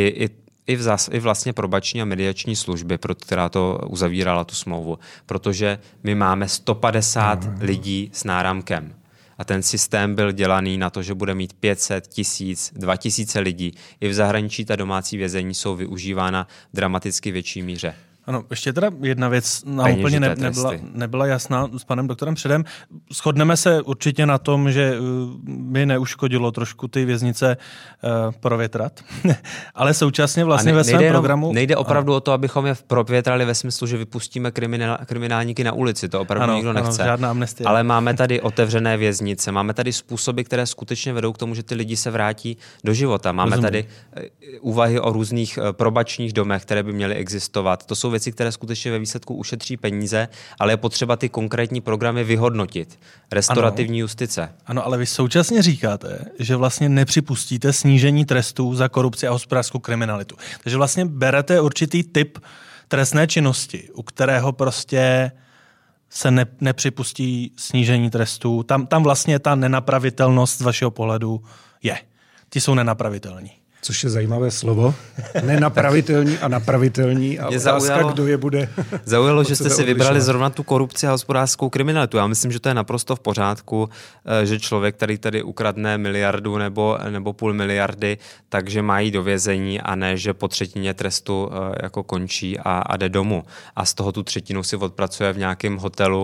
Speaker 3: i vlastně probační a mediační služby, která to uzavírala tu smlouvu. Protože my máme 150 lidí s náramkem. A ten systém byl dělaný na to, že bude mít 500, 1000, 2000 lidí. I v zahraničí ta domácí vězení jsou využívána v dramaticky větší míře.
Speaker 1: Ano, ještě teda jedna věc nám úplně nebyla jasná s panem doktorem předem. Shodneme se určitě na tom, že by neuškodilo trošku ty věznice provětrat, ale současně vlastně ve svém programu...
Speaker 3: Nejde opravdu o to, abychom je provětrali ve smyslu, že vypustíme kriminálníky na ulici, to opravdu nikdo nechce.
Speaker 1: Žádná amnestie.
Speaker 3: Ale máme tady otevřené věznice, máme tady způsoby, které skutečně vedou k tomu, že ty lidi se vrátí do života. Máme tady úvahy o různých probačních domech, které by měly existovat. To jsou věci, které skutečně ve výsledku ušetří peníze, ale je potřeba ty konkrétní programy vyhodnotit. Restaurativní justice.
Speaker 1: Ano, ale vy současně říkáte, že vlastně nepřipustíte snížení trestů za korupci a hospodářskou kriminalitu. Takže vlastně berete určitý typ trestné činnosti, u kterého prostě se nepřipustí snížení trestů. Tam vlastně ta nenapravitelnost z vašeho pohledu je. Ti jsou nenapravitelní.
Speaker 2: Což je zajímavé slovo. Nenapravitelní a napravitelní. A otázka, kdo je bude.
Speaker 3: Zaujalo, že jste si vybrali zrovna tu korupci a hospodářskou kriminalitu. Já myslím, že to je naprosto v pořádku, že člověk, který tady ukradne miliardu nebo 500 miliardy, takže má jít do vězení a ne, že po třetině trestu jako končí a jde domů. A z toho tu třetinu si odpracuje v nějakém hotelu.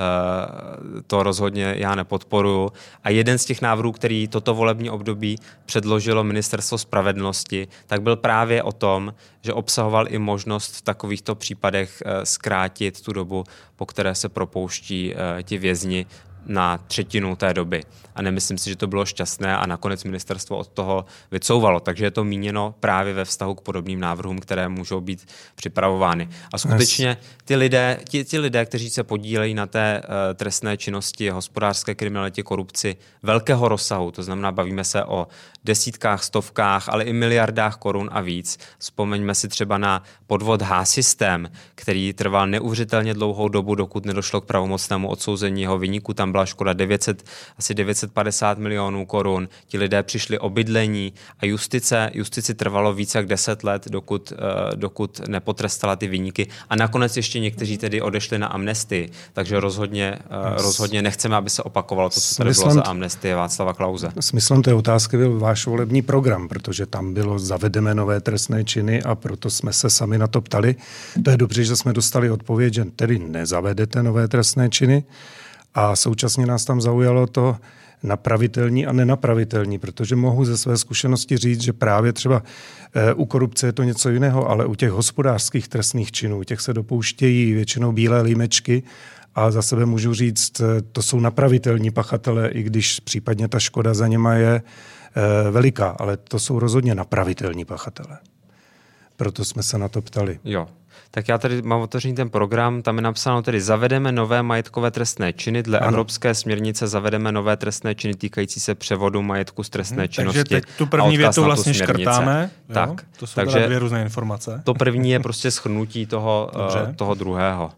Speaker 3: To rozhodně já nepodporuju. A jeden z těch návrhů, který toto volební období předložilo Ministerstvo spravedlnosti, tak byl právě o tom, že obsahoval i možnost v takovýchto případech zkrátit tu dobu, po které se propouští ti vězni na třetinu té doby. A nemyslím si, že to bylo šťastné a nakonec ministerstvo od toho vycouvalo. Takže je to míněno právě ve vztahu k podobným návrhům, které můžou být připravovány. A skutečně ti lidé, kteří se podílejí na té trestné činnosti, hospodářské kriminalitě, korupci velkého rozsahu, to znamená, bavíme se o desítkách, stovkách, ale i miliardách korun a víc. Vzpomeňme si třeba na podvod H-Systém, který trval neuvěřitelně dlouhou dobu, dokud nedošlo k pravomocnému odsouzení jeho viníku. Tam byla škoda asi 950 milionů korun. Ti lidé přišli o bydlení a justici trvalo více jak 10 let, dokud nepotrestala ty viníky. A nakonec ještě někteří tedy odešli na amnestii. Takže rozhodně nechceme, aby se opakovalo to, co tady bylo za amnestie Václava Klause.
Speaker 2: Smyslem té otázky byl váš volební program, protože tam bylo zavedeme nové trestné činy a proto jsme se sami na to ptali. To je dobře, že jsme dostali odpověď, že tedy nezavedete nové trestné činy. A současně nás tam zaujalo to napravitelní a nenapravitelní, protože mohu ze své zkušenosti říct, že právě třeba u korupce je to něco jiného, ale u těch hospodářských trestných činů, těch se dopouštějí většinou bílé límečky a za sebe můžu říct, to jsou napravitelní pachatelé, i když případně ta škoda za něma je veliká, ale to jsou rozhodně napravitelní pachatelé. Proto jsme se na to ptali.
Speaker 3: Jo. Tak já tady mám otevřený ten program, tam je napsáno tedy zavedeme nové majetkové trestné činy, dle evropské směrnice zavedeme nové trestné činy týkající se převodu majetku z trestné činnosti.
Speaker 1: Takže teď tu první větu vlastně škrtáme.
Speaker 3: Tak,
Speaker 1: to jsou takže dvě různé informace.
Speaker 3: To první je prostě shrnutí toho druhého.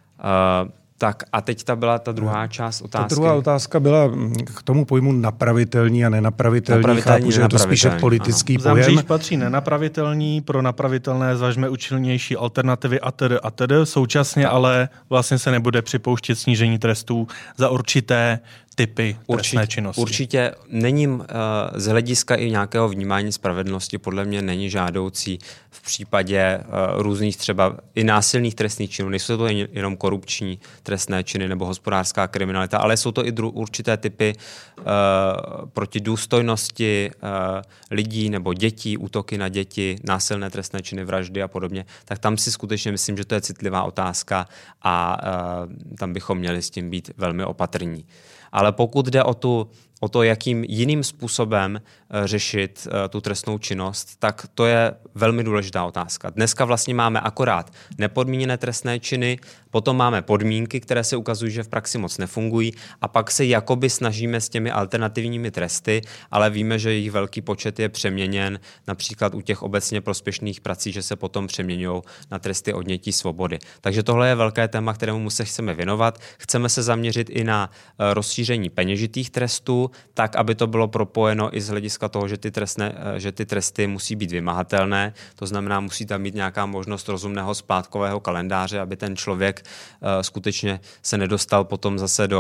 Speaker 3: Tak a teď byla ta druhá část otázky.
Speaker 2: Ta druhá otázka byla k tomu pojmu napravitelní a nenapravitelní. Chápu, že je to spíše politický pojem.
Speaker 1: Za mříž patří nenapravitelní, pro napravitelné zvažme účinnější alternativy atd. Současně ale vlastně se nebude připouštět snížení trestů za určité typy trestné činnosti?
Speaker 3: Určitě není z hlediska i nějakého vnímání spravedlnosti podle mě není žádoucí v případě různých třeba i násilných trestných činů. Nejsou to jenom korupční trestné činy nebo hospodářská kriminalita, ale jsou to i určité typy proti důstojnosti lidí nebo dětí, útoky na děti, násilné trestné činy, vraždy a podobně. Tak tam si skutečně myslím, že to je citlivá otázka a tam bychom měli s tím být velmi opatrní. Ale pokud jde o to, jakým jiným způsobem řešit tu trestnou činnost, tak to je velmi důležitá otázka. Dneska vlastně máme akorát nepodmíněné trestné činy, potom máme podmínky, které se ukazují, že v praxi moc nefungují a pak se jakoby snažíme s těmi alternativními tresty, ale víme, že jejich velký počet je přeměněn například u těch obecně prospěšných prací, že se potom přeměňují na tresty odnětí svobody. Takže tohle je velké téma, kterému se chceme věnovat. Chceme se zaměřit i na rozšíření peněžitých trestů, tak, aby to bylo propojeno i z hlediska toho, že ty tresty musí být vymahatelné. To znamená, musí tam mít nějaká možnost rozumného splátkového kalendáře, aby ten člověk skutečně se nedostal potom zase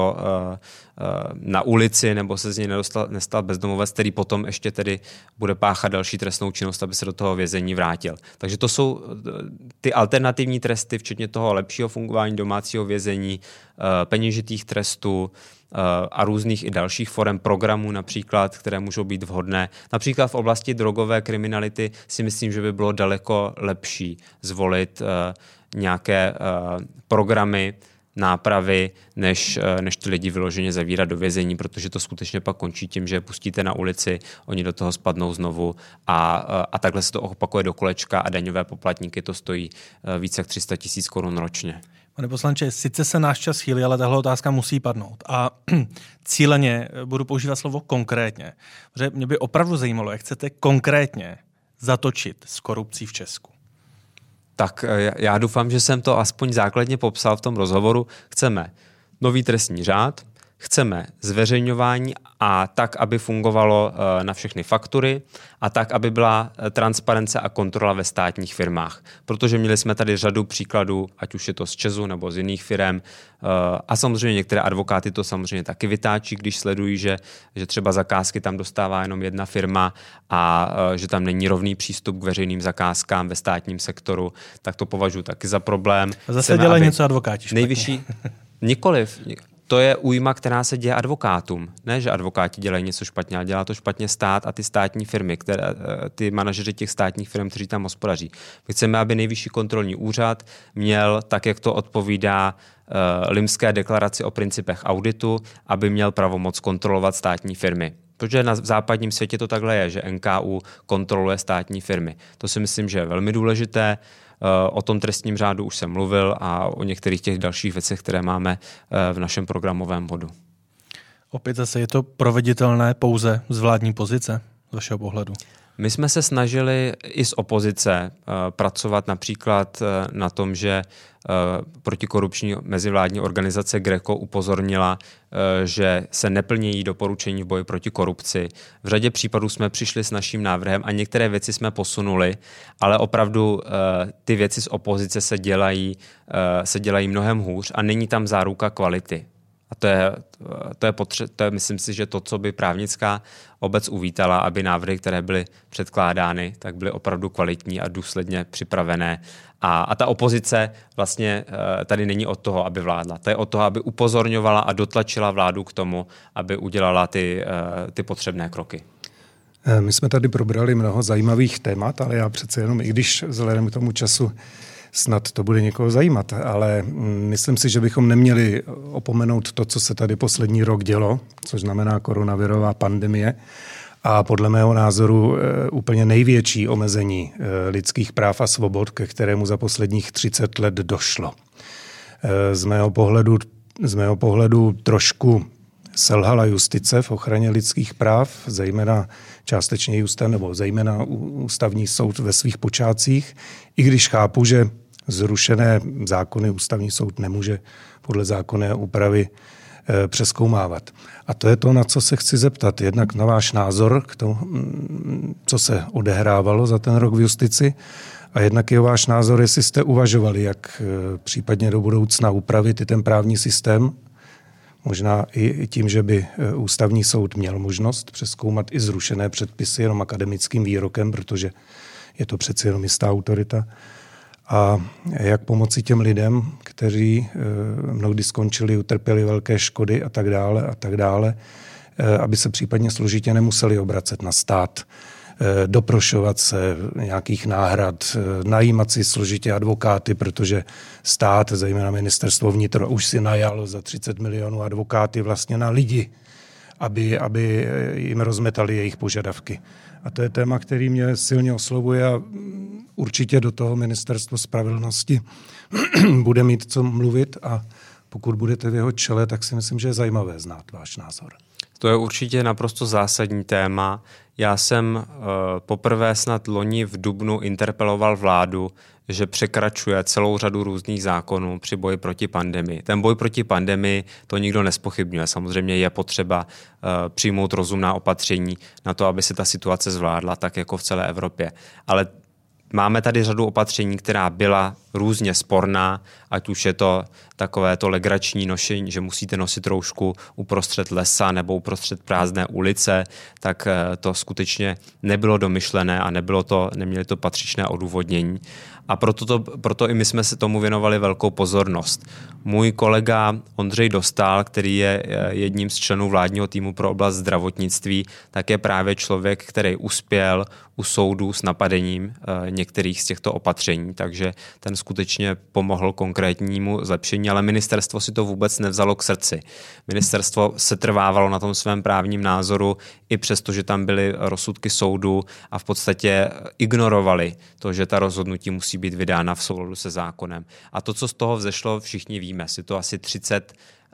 Speaker 3: na ulici nebo se z něj nestal bezdomovec, který potom ještě tedy bude páchat další trestnou činnost, aby se do toho vězení vrátil. Takže to jsou ty alternativní tresty, včetně toho lepšího fungování domácího vězení, peněžitých trestů a různých i dalších forem programů například, které můžou být vhodné. Například v oblasti drogové kriminality si myslím, že by bylo daleko lepší zvolit nějaké programy, nápravy, než ty lidi vyloženě zavírat do vězení, protože to skutečně pak končí tím, že je pustíte na ulici, oni do toho spadnou znovu a takhle se to opakuje do kolečka a daňové poplatníky to stojí více jak 300 000 korun ročně.
Speaker 1: Pane poslanče, sice se náš čas chýlí, ale tahle otázka musí padnout. A cíleně budu používat slovo konkrétně. Protože mě by opravdu zajímalo, jak chcete konkrétně zatočit s korupcí v Česku.
Speaker 3: Tak já doufám, že jsem to aspoň základně popsal v tom rozhovoru. Chceme nový trestní řád, chceme zveřejňování a tak, aby fungovalo na všechny faktury a tak, aby byla transparence a kontrola ve státních firmách. Protože měli jsme tady řadu příkladů, ať už je to z ČEZu nebo z jiných firem a samozřejmě některé advokáty to samozřejmě taky vytáčí, když sledují, že třeba zakázky tam dostává jenom jedna firma a že tam není rovný přístup k veřejným zakázkám ve státním sektoru, tak to považuji taky za problém.
Speaker 1: A zase dělají něco advokáti špatně.
Speaker 3: Nejvyšší, nikoliv. To je újma, která se děje advokátům. Ne, že advokáti dělají něco špatně, ale dělá to špatně stát a ty státní firmy, ty manažeři těch státních firm, kteří tam hospodaří. My chceme, aby Nejvyšší kontrolní úřad měl, tak jak to odpovídá Limské deklaraci o principech auditu, aby měl pravomoc kontrolovat státní firmy. Protože v západním světě to takhle je, že NKÚ kontroluje státní firmy. To si myslím, že je velmi důležité. O tom trestním řádu už jsem mluvil a o některých těch dalších věcech, které máme v našem programovém bodu.
Speaker 1: Opět zase je to proveditelné pouze z vládní pozice, z vašeho pohledu?
Speaker 3: My jsme se snažili i z opozice pracovat například na tom, že protikorupční mezivládní organizace GRECO upozornila, že se neplní doporučení v boji proti korupci. V řadě případů jsme přišli s naším návrhem a některé věci jsme posunuli, ale opravdu ty věci z opozice se dělají mnohem hůř a není tam záruka kvality. A to je, myslím si, že to, co by právnická obec uvítala, aby návrhy, které byly předkládány, tak byly opravdu kvalitní a důsledně připravené. A ta opozice vlastně tady není od toho, aby vládla. To je od toho, aby upozorňovala a dotlačila vládu k tomu, aby udělala ty potřebné kroky.
Speaker 2: My jsme tady probrali mnoho zajímavých témat, ale já přece jenom, i když vzhledem k tomu času snad to bude někoho zajímat, ale myslím si, že bychom neměli opomenout to, co se tady poslední rok dělo, což znamená koronavirová pandemie a podle mého názoru úplně největší omezení lidských práv a svobod, ke kterému za posledních 30 let došlo. Z mého pohledu trošku selhala justice v ochraně lidských práv, zejména částečně zejména ústavní soud ve svých počátcích, i když chápu, že zrušené zákony ústavní soud nemůže podle zákonné úpravy přezkoumávat. A to je to, na co se chci zeptat. Jednak na váš názor k tomu, co se odehrávalo za ten rok v justici, a jednak je váš názor, jestli jste uvažovali, jak případně do budoucna upravit i ten právní systém, Možná i tím, že by ústavní soud měl možnost přezkoumat i zrušené předpisy jenom akademickým výrokem, protože je to přeci jenom jistá autorita. A jak pomoci těm lidem, kteří mnohdy skončili, utrpěli velké škody a tak dále, aby se případně složitě nemuseli obracet na stát, doprošovat se nějakých náhrad, najímat si složitě advokáty, protože stát, zejména ministerstvo vnitra, už si najalo za 30 milionů advokáty vlastně na lidi, aby jim rozmetali jejich požadavky. A to je téma, který mě silně oslovuje a určitě do toho ministerstvo spravedlnosti bude mít co mluvit a pokud budete v jeho čele, tak si myslím, že je zajímavé znát váš názor.
Speaker 3: To je určitě naprosto zásadní téma. Já jsem poprvé snad loni v dubnu interpeloval vládu, že překračuje celou řadu různých zákonů při boji proti pandemii. Ten boj proti pandemii to nikdo nespochybňuje. Samozřejmě je potřeba přijmout rozumná opatření na to, aby se ta situace zvládla, tak jako v celé Evropě. Ale máme tady řadu opatření, která byla různě sporná, ať už je to takové to legrační nošení, že musíte nosit roušku uprostřed lesa nebo uprostřed prázdné ulice, tak to skutečně nebylo domyšlené a neměli to patřičné odůvodnění. A proto i my jsme se tomu věnovali velkou pozornost. Můj kolega Ondřej Dostál, který je jedním z členů vládního týmu pro oblast zdravotnictví, tak je právě člověk, který uspěl u soudu s napadením některých z těchto opatření, takže ten skutečně pomohl konkrétnímu zlepšení, ale ministerstvo si to vůbec nevzalo k srdci. Ministerstvo se trvávalo na tom svém právním názoru, i přesto, že tam byly rozsudky soudu a v podstatě ignorovali to, že ta rozhodnutí musí být vydána v souladu se zákonem. A to, co z toho vzešlo, všichni víme. Si to asi 30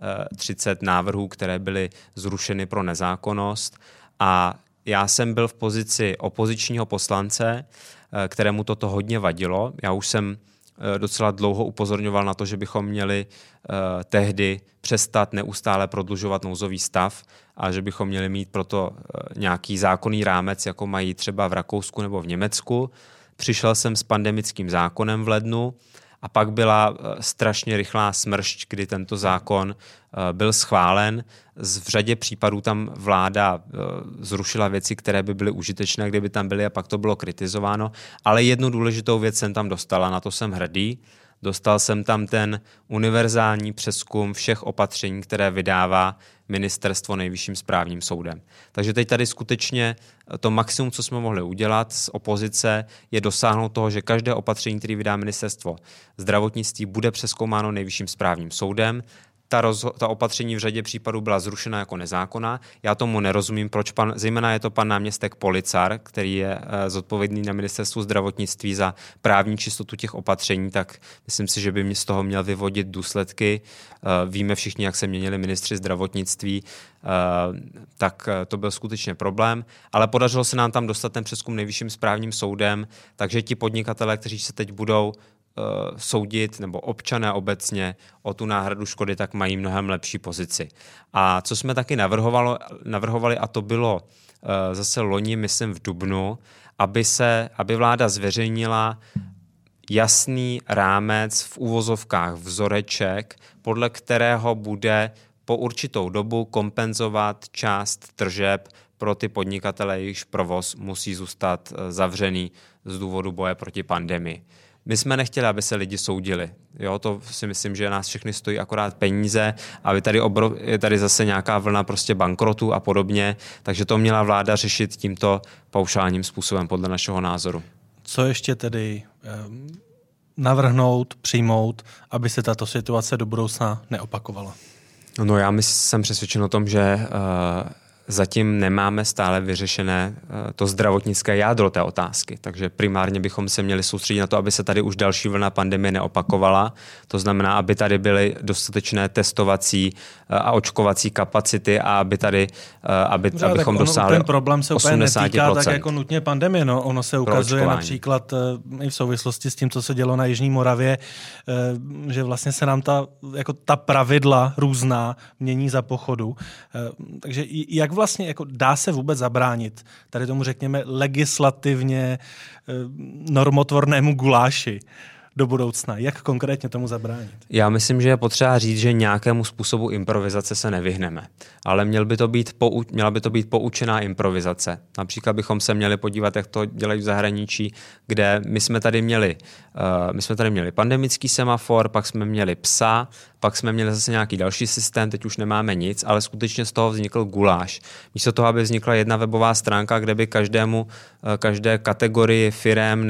Speaker 3: návrhů, které byly zrušeny pro nezákonnost a já jsem byl v pozici opozičního poslance, kterému toto hodně vadilo. Já už jsem docela dlouho upozorňoval na to, že bychom měli tehdy přestat neustále prodlužovat nouzový stav a že bychom měli mít proto nějaký zákonný rámec, jako mají třeba v Rakousku nebo v Německu. Přišel jsem s pandemickým zákonem v lednu a pak byla strašně rychlá smršť, kdy tento zákon byl schválen. V řadě případů tam vláda zrušila věci, které by byly užitečné, kdyby tam byly a pak to bylo kritizováno. Ale jednu důležitou věc jsem tam dostala, na to jsem hrdý. Dostal jsem tam ten univerzální přezkum všech opatření, které vydává ministerstvo Nejvyšším správním soudem. Takže teď tady skutečně to maximum, co jsme mohli udělat z opozice, je dosáhnout toho, že každé opatření, které vydá ministerstvo zdravotnictví, bude přezkoumáno Nejvyšším správním soudem. Ta opatření v řadě případů byla zrušena jako nezákonná. Já tomu nerozumím, proč zejména je to pan náměstek Policar, který je zodpovědný na ministerstvu zdravotnictví za právní čistotu těch opatření, tak myslím si, že by mě z toho měl vyvodit důsledky. Víme všichni, jak se měnili ministři zdravotnictví, tak to byl skutečně problém, ale podařilo se nám tam dostat ten přezkum Nejvyšším správním soudem, takže ti podnikatelé, kteří se teď budou soudit, nebo občané obecně o tu náhradu škody, tak mají mnohem lepší pozici. A co jsme taky navrhovali, a to bylo zase loni, myslím v dubnu, aby vláda zveřejnila jasný rámec v uvozovkách vzoreček, podle kterého bude po určitou dobu kompenzovat část tržeb pro ty podnikatele, jejichž provoz musí zůstat zavřený z důvodu boje proti pandemii. My jsme nechtěli, aby se lidi soudili. Jo, to si myslím, že nás všechny stojí akorát peníze a je tady zase nějaká vlna prostě bankrotu a podobně, takže to měla vláda řešit tímto paušálním způsobem podle našeho názoru.
Speaker 1: Co ještě tedy navrhnout, přijmout, aby se tato situace do budoucna neopakovala?
Speaker 3: No já jsem přesvědčen o tom, že zatím nemáme stále vyřešené to zdravotnické jádro té otázky, takže primárně bychom se měli soustředit na to, aby se tady už další vlna pandemie neopakovala. To znamená, aby tady byly dostatečné testovací a očkovací kapacity a abychom dosáhli 80%.
Speaker 1: Ten problém se úplně netýká tak jako nutně pandemie. No, ono se ukazuje například i v souvislosti s tím, co se dělo na Jižní Moravě, že vlastně se nám ta pravidla různá mění za pochodu. Takže jak vlastně jako dá se vůbec zabránit tady tomu, řekněme, legislativně normotvornému guláši? do budoucna? Jak konkrétně tomu zabránit?
Speaker 3: Já myslím, že je potřeba říct, že nějakému způsobu improvizace se nevyhneme. Ale měla by to být poučená improvizace. Například bychom se měli podívat, jak to dělají v zahraničí, kde my jsme tady měli pandemický semafor, pak jsme měli psa, pak jsme měli zase nějaký další systém, teď už nemáme nic, ale skutečně z toho vznikl guláš. Místo toho, aby vznikla jedna webová stránka, kde by každé kategorii firem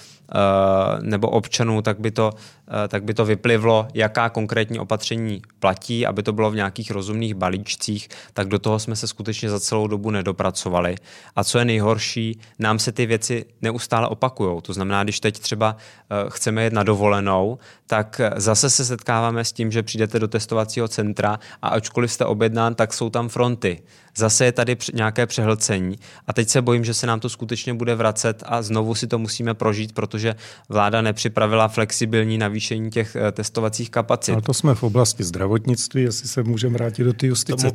Speaker 3: nebo občanů, tak by to vyplivlo, jaká konkrétní opatření platí, aby to bylo v nějakých rozumných balíčcích, tak do toho jsme se skutečně za celou dobu nedopracovali. A co je nejhorší, nám se ty věci neustále opakujou. To znamená, když teď třeba chceme jet na dovolenou, tak zase se setkáváme s tím, že přijdete do testovacího centra a ačkoliv jste objednán, tak jsou tam fronty. Zase je tady nějaké přehlcení a teď se bojím, že se nám to skutečně bude vracet a znovu si to musíme prožít, protože vláda nepřipravila flexibilní navýšení těch testovacích kapacit.
Speaker 2: Ale to jsme v oblasti zdravotnictví, jestli se můžeme vrátit do té justice.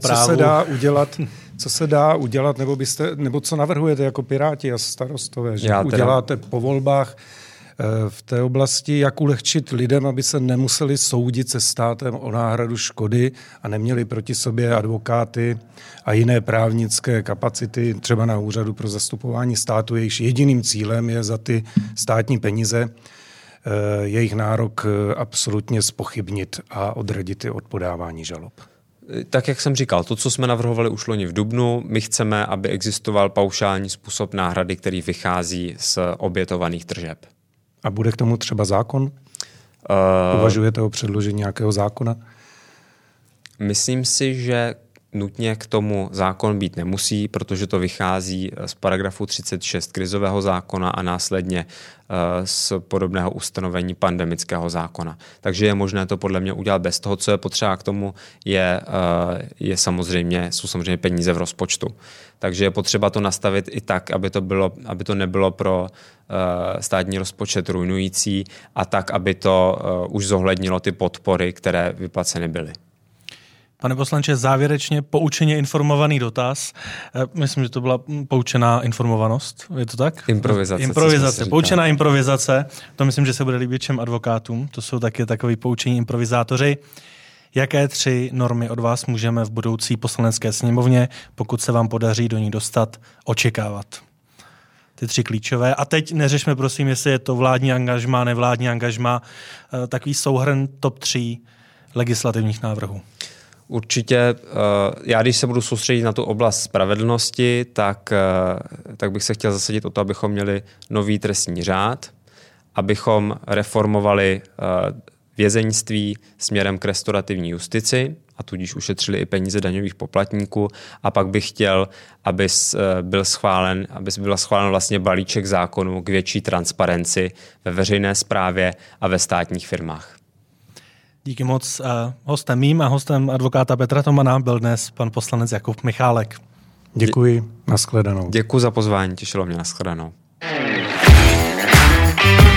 Speaker 2: Co se dá udělat, nebo co navrhujete jako Piráti a starostové, že uděláte po volbách v té oblasti, jak ulehčit lidem, aby se nemuseli soudit se státem o náhradu škody a neměli proti sobě advokáty a jiné právnické kapacity, třeba na úřadu pro zastupování státu, jejichž jediným cílem je za ty státní peníze jejich nárok absolutně zpochybnit a odradit je od podávání žalob.
Speaker 3: Tak, jak jsem říkal, to, co jsme navrhovali už loni v dubnu, my chceme, aby existoval paušální způsob náhrady, který vychází z obětovaných tržeb.
Speaker 2: A bude k tomu třeba zákon? Uvažujete o předložení nějakého zákona?
Speaker 3: Myslím si, že nutně k tomu zákon být nemusí, protože to vychází z paragrafu 36 krizového zákona a následně z podobného ustanovení pandemického zákona. Takže je možné to podle mě udělat bez toho, co je potřeba k tomu, jsou samozřejmě peníze v rozpočtu. Takže je potřeba to nastavit i tak, aby to nebylo pro státní rozpočet ruinující a tak, aby to už zohlednilo ty podpory, které vyplaceny byly.
Speaker 1: Pane poslanče, závěrečně poučeně informovaný dotaz. Myslím, že to byla poučená informovanost. Je to tak?
Speaker 3: Improvizace.
Speaker 1: Poučená improvizace. To myslím, že se bude líbit všem advokátům. To jsou taky takový poučení improvizátoři. Jaké 3 normy od vás můžeme v budoucí poslanecké sněmovně, pokud se vám podaří do ní dostat, očekávat? Ty 3 klíčové. A teď neřešme, prosím, jestli je to vládní angažmá, nevládní angažmá, takový souhrn top 3 legislativních návrhů.
Speaker 3: Určitě, já když se budu soustředit na tu oblast spravedlnosti, tak bych se chtěl zasadit o to, abychom měli nový trestní řád, abychom reformovali vězeňství směrem k restaurativní justici a tudíž ušetřili i peníze daňových poplatníků. A pak bych chtěl, aby byl schválen vlastně balíček zákonů k větší transparenci ve veřejné správě a ve státních firmách.
Speaker 1: Díky moc. Hostem mým a hostem advokáta Petra Tomana byl dnes pan poslanec Jakub Michálek.
Speaker 2: Děkuji, nashledanou.
Speaker 3: Děkuji za pozvání, těšilo mě, nashledanou.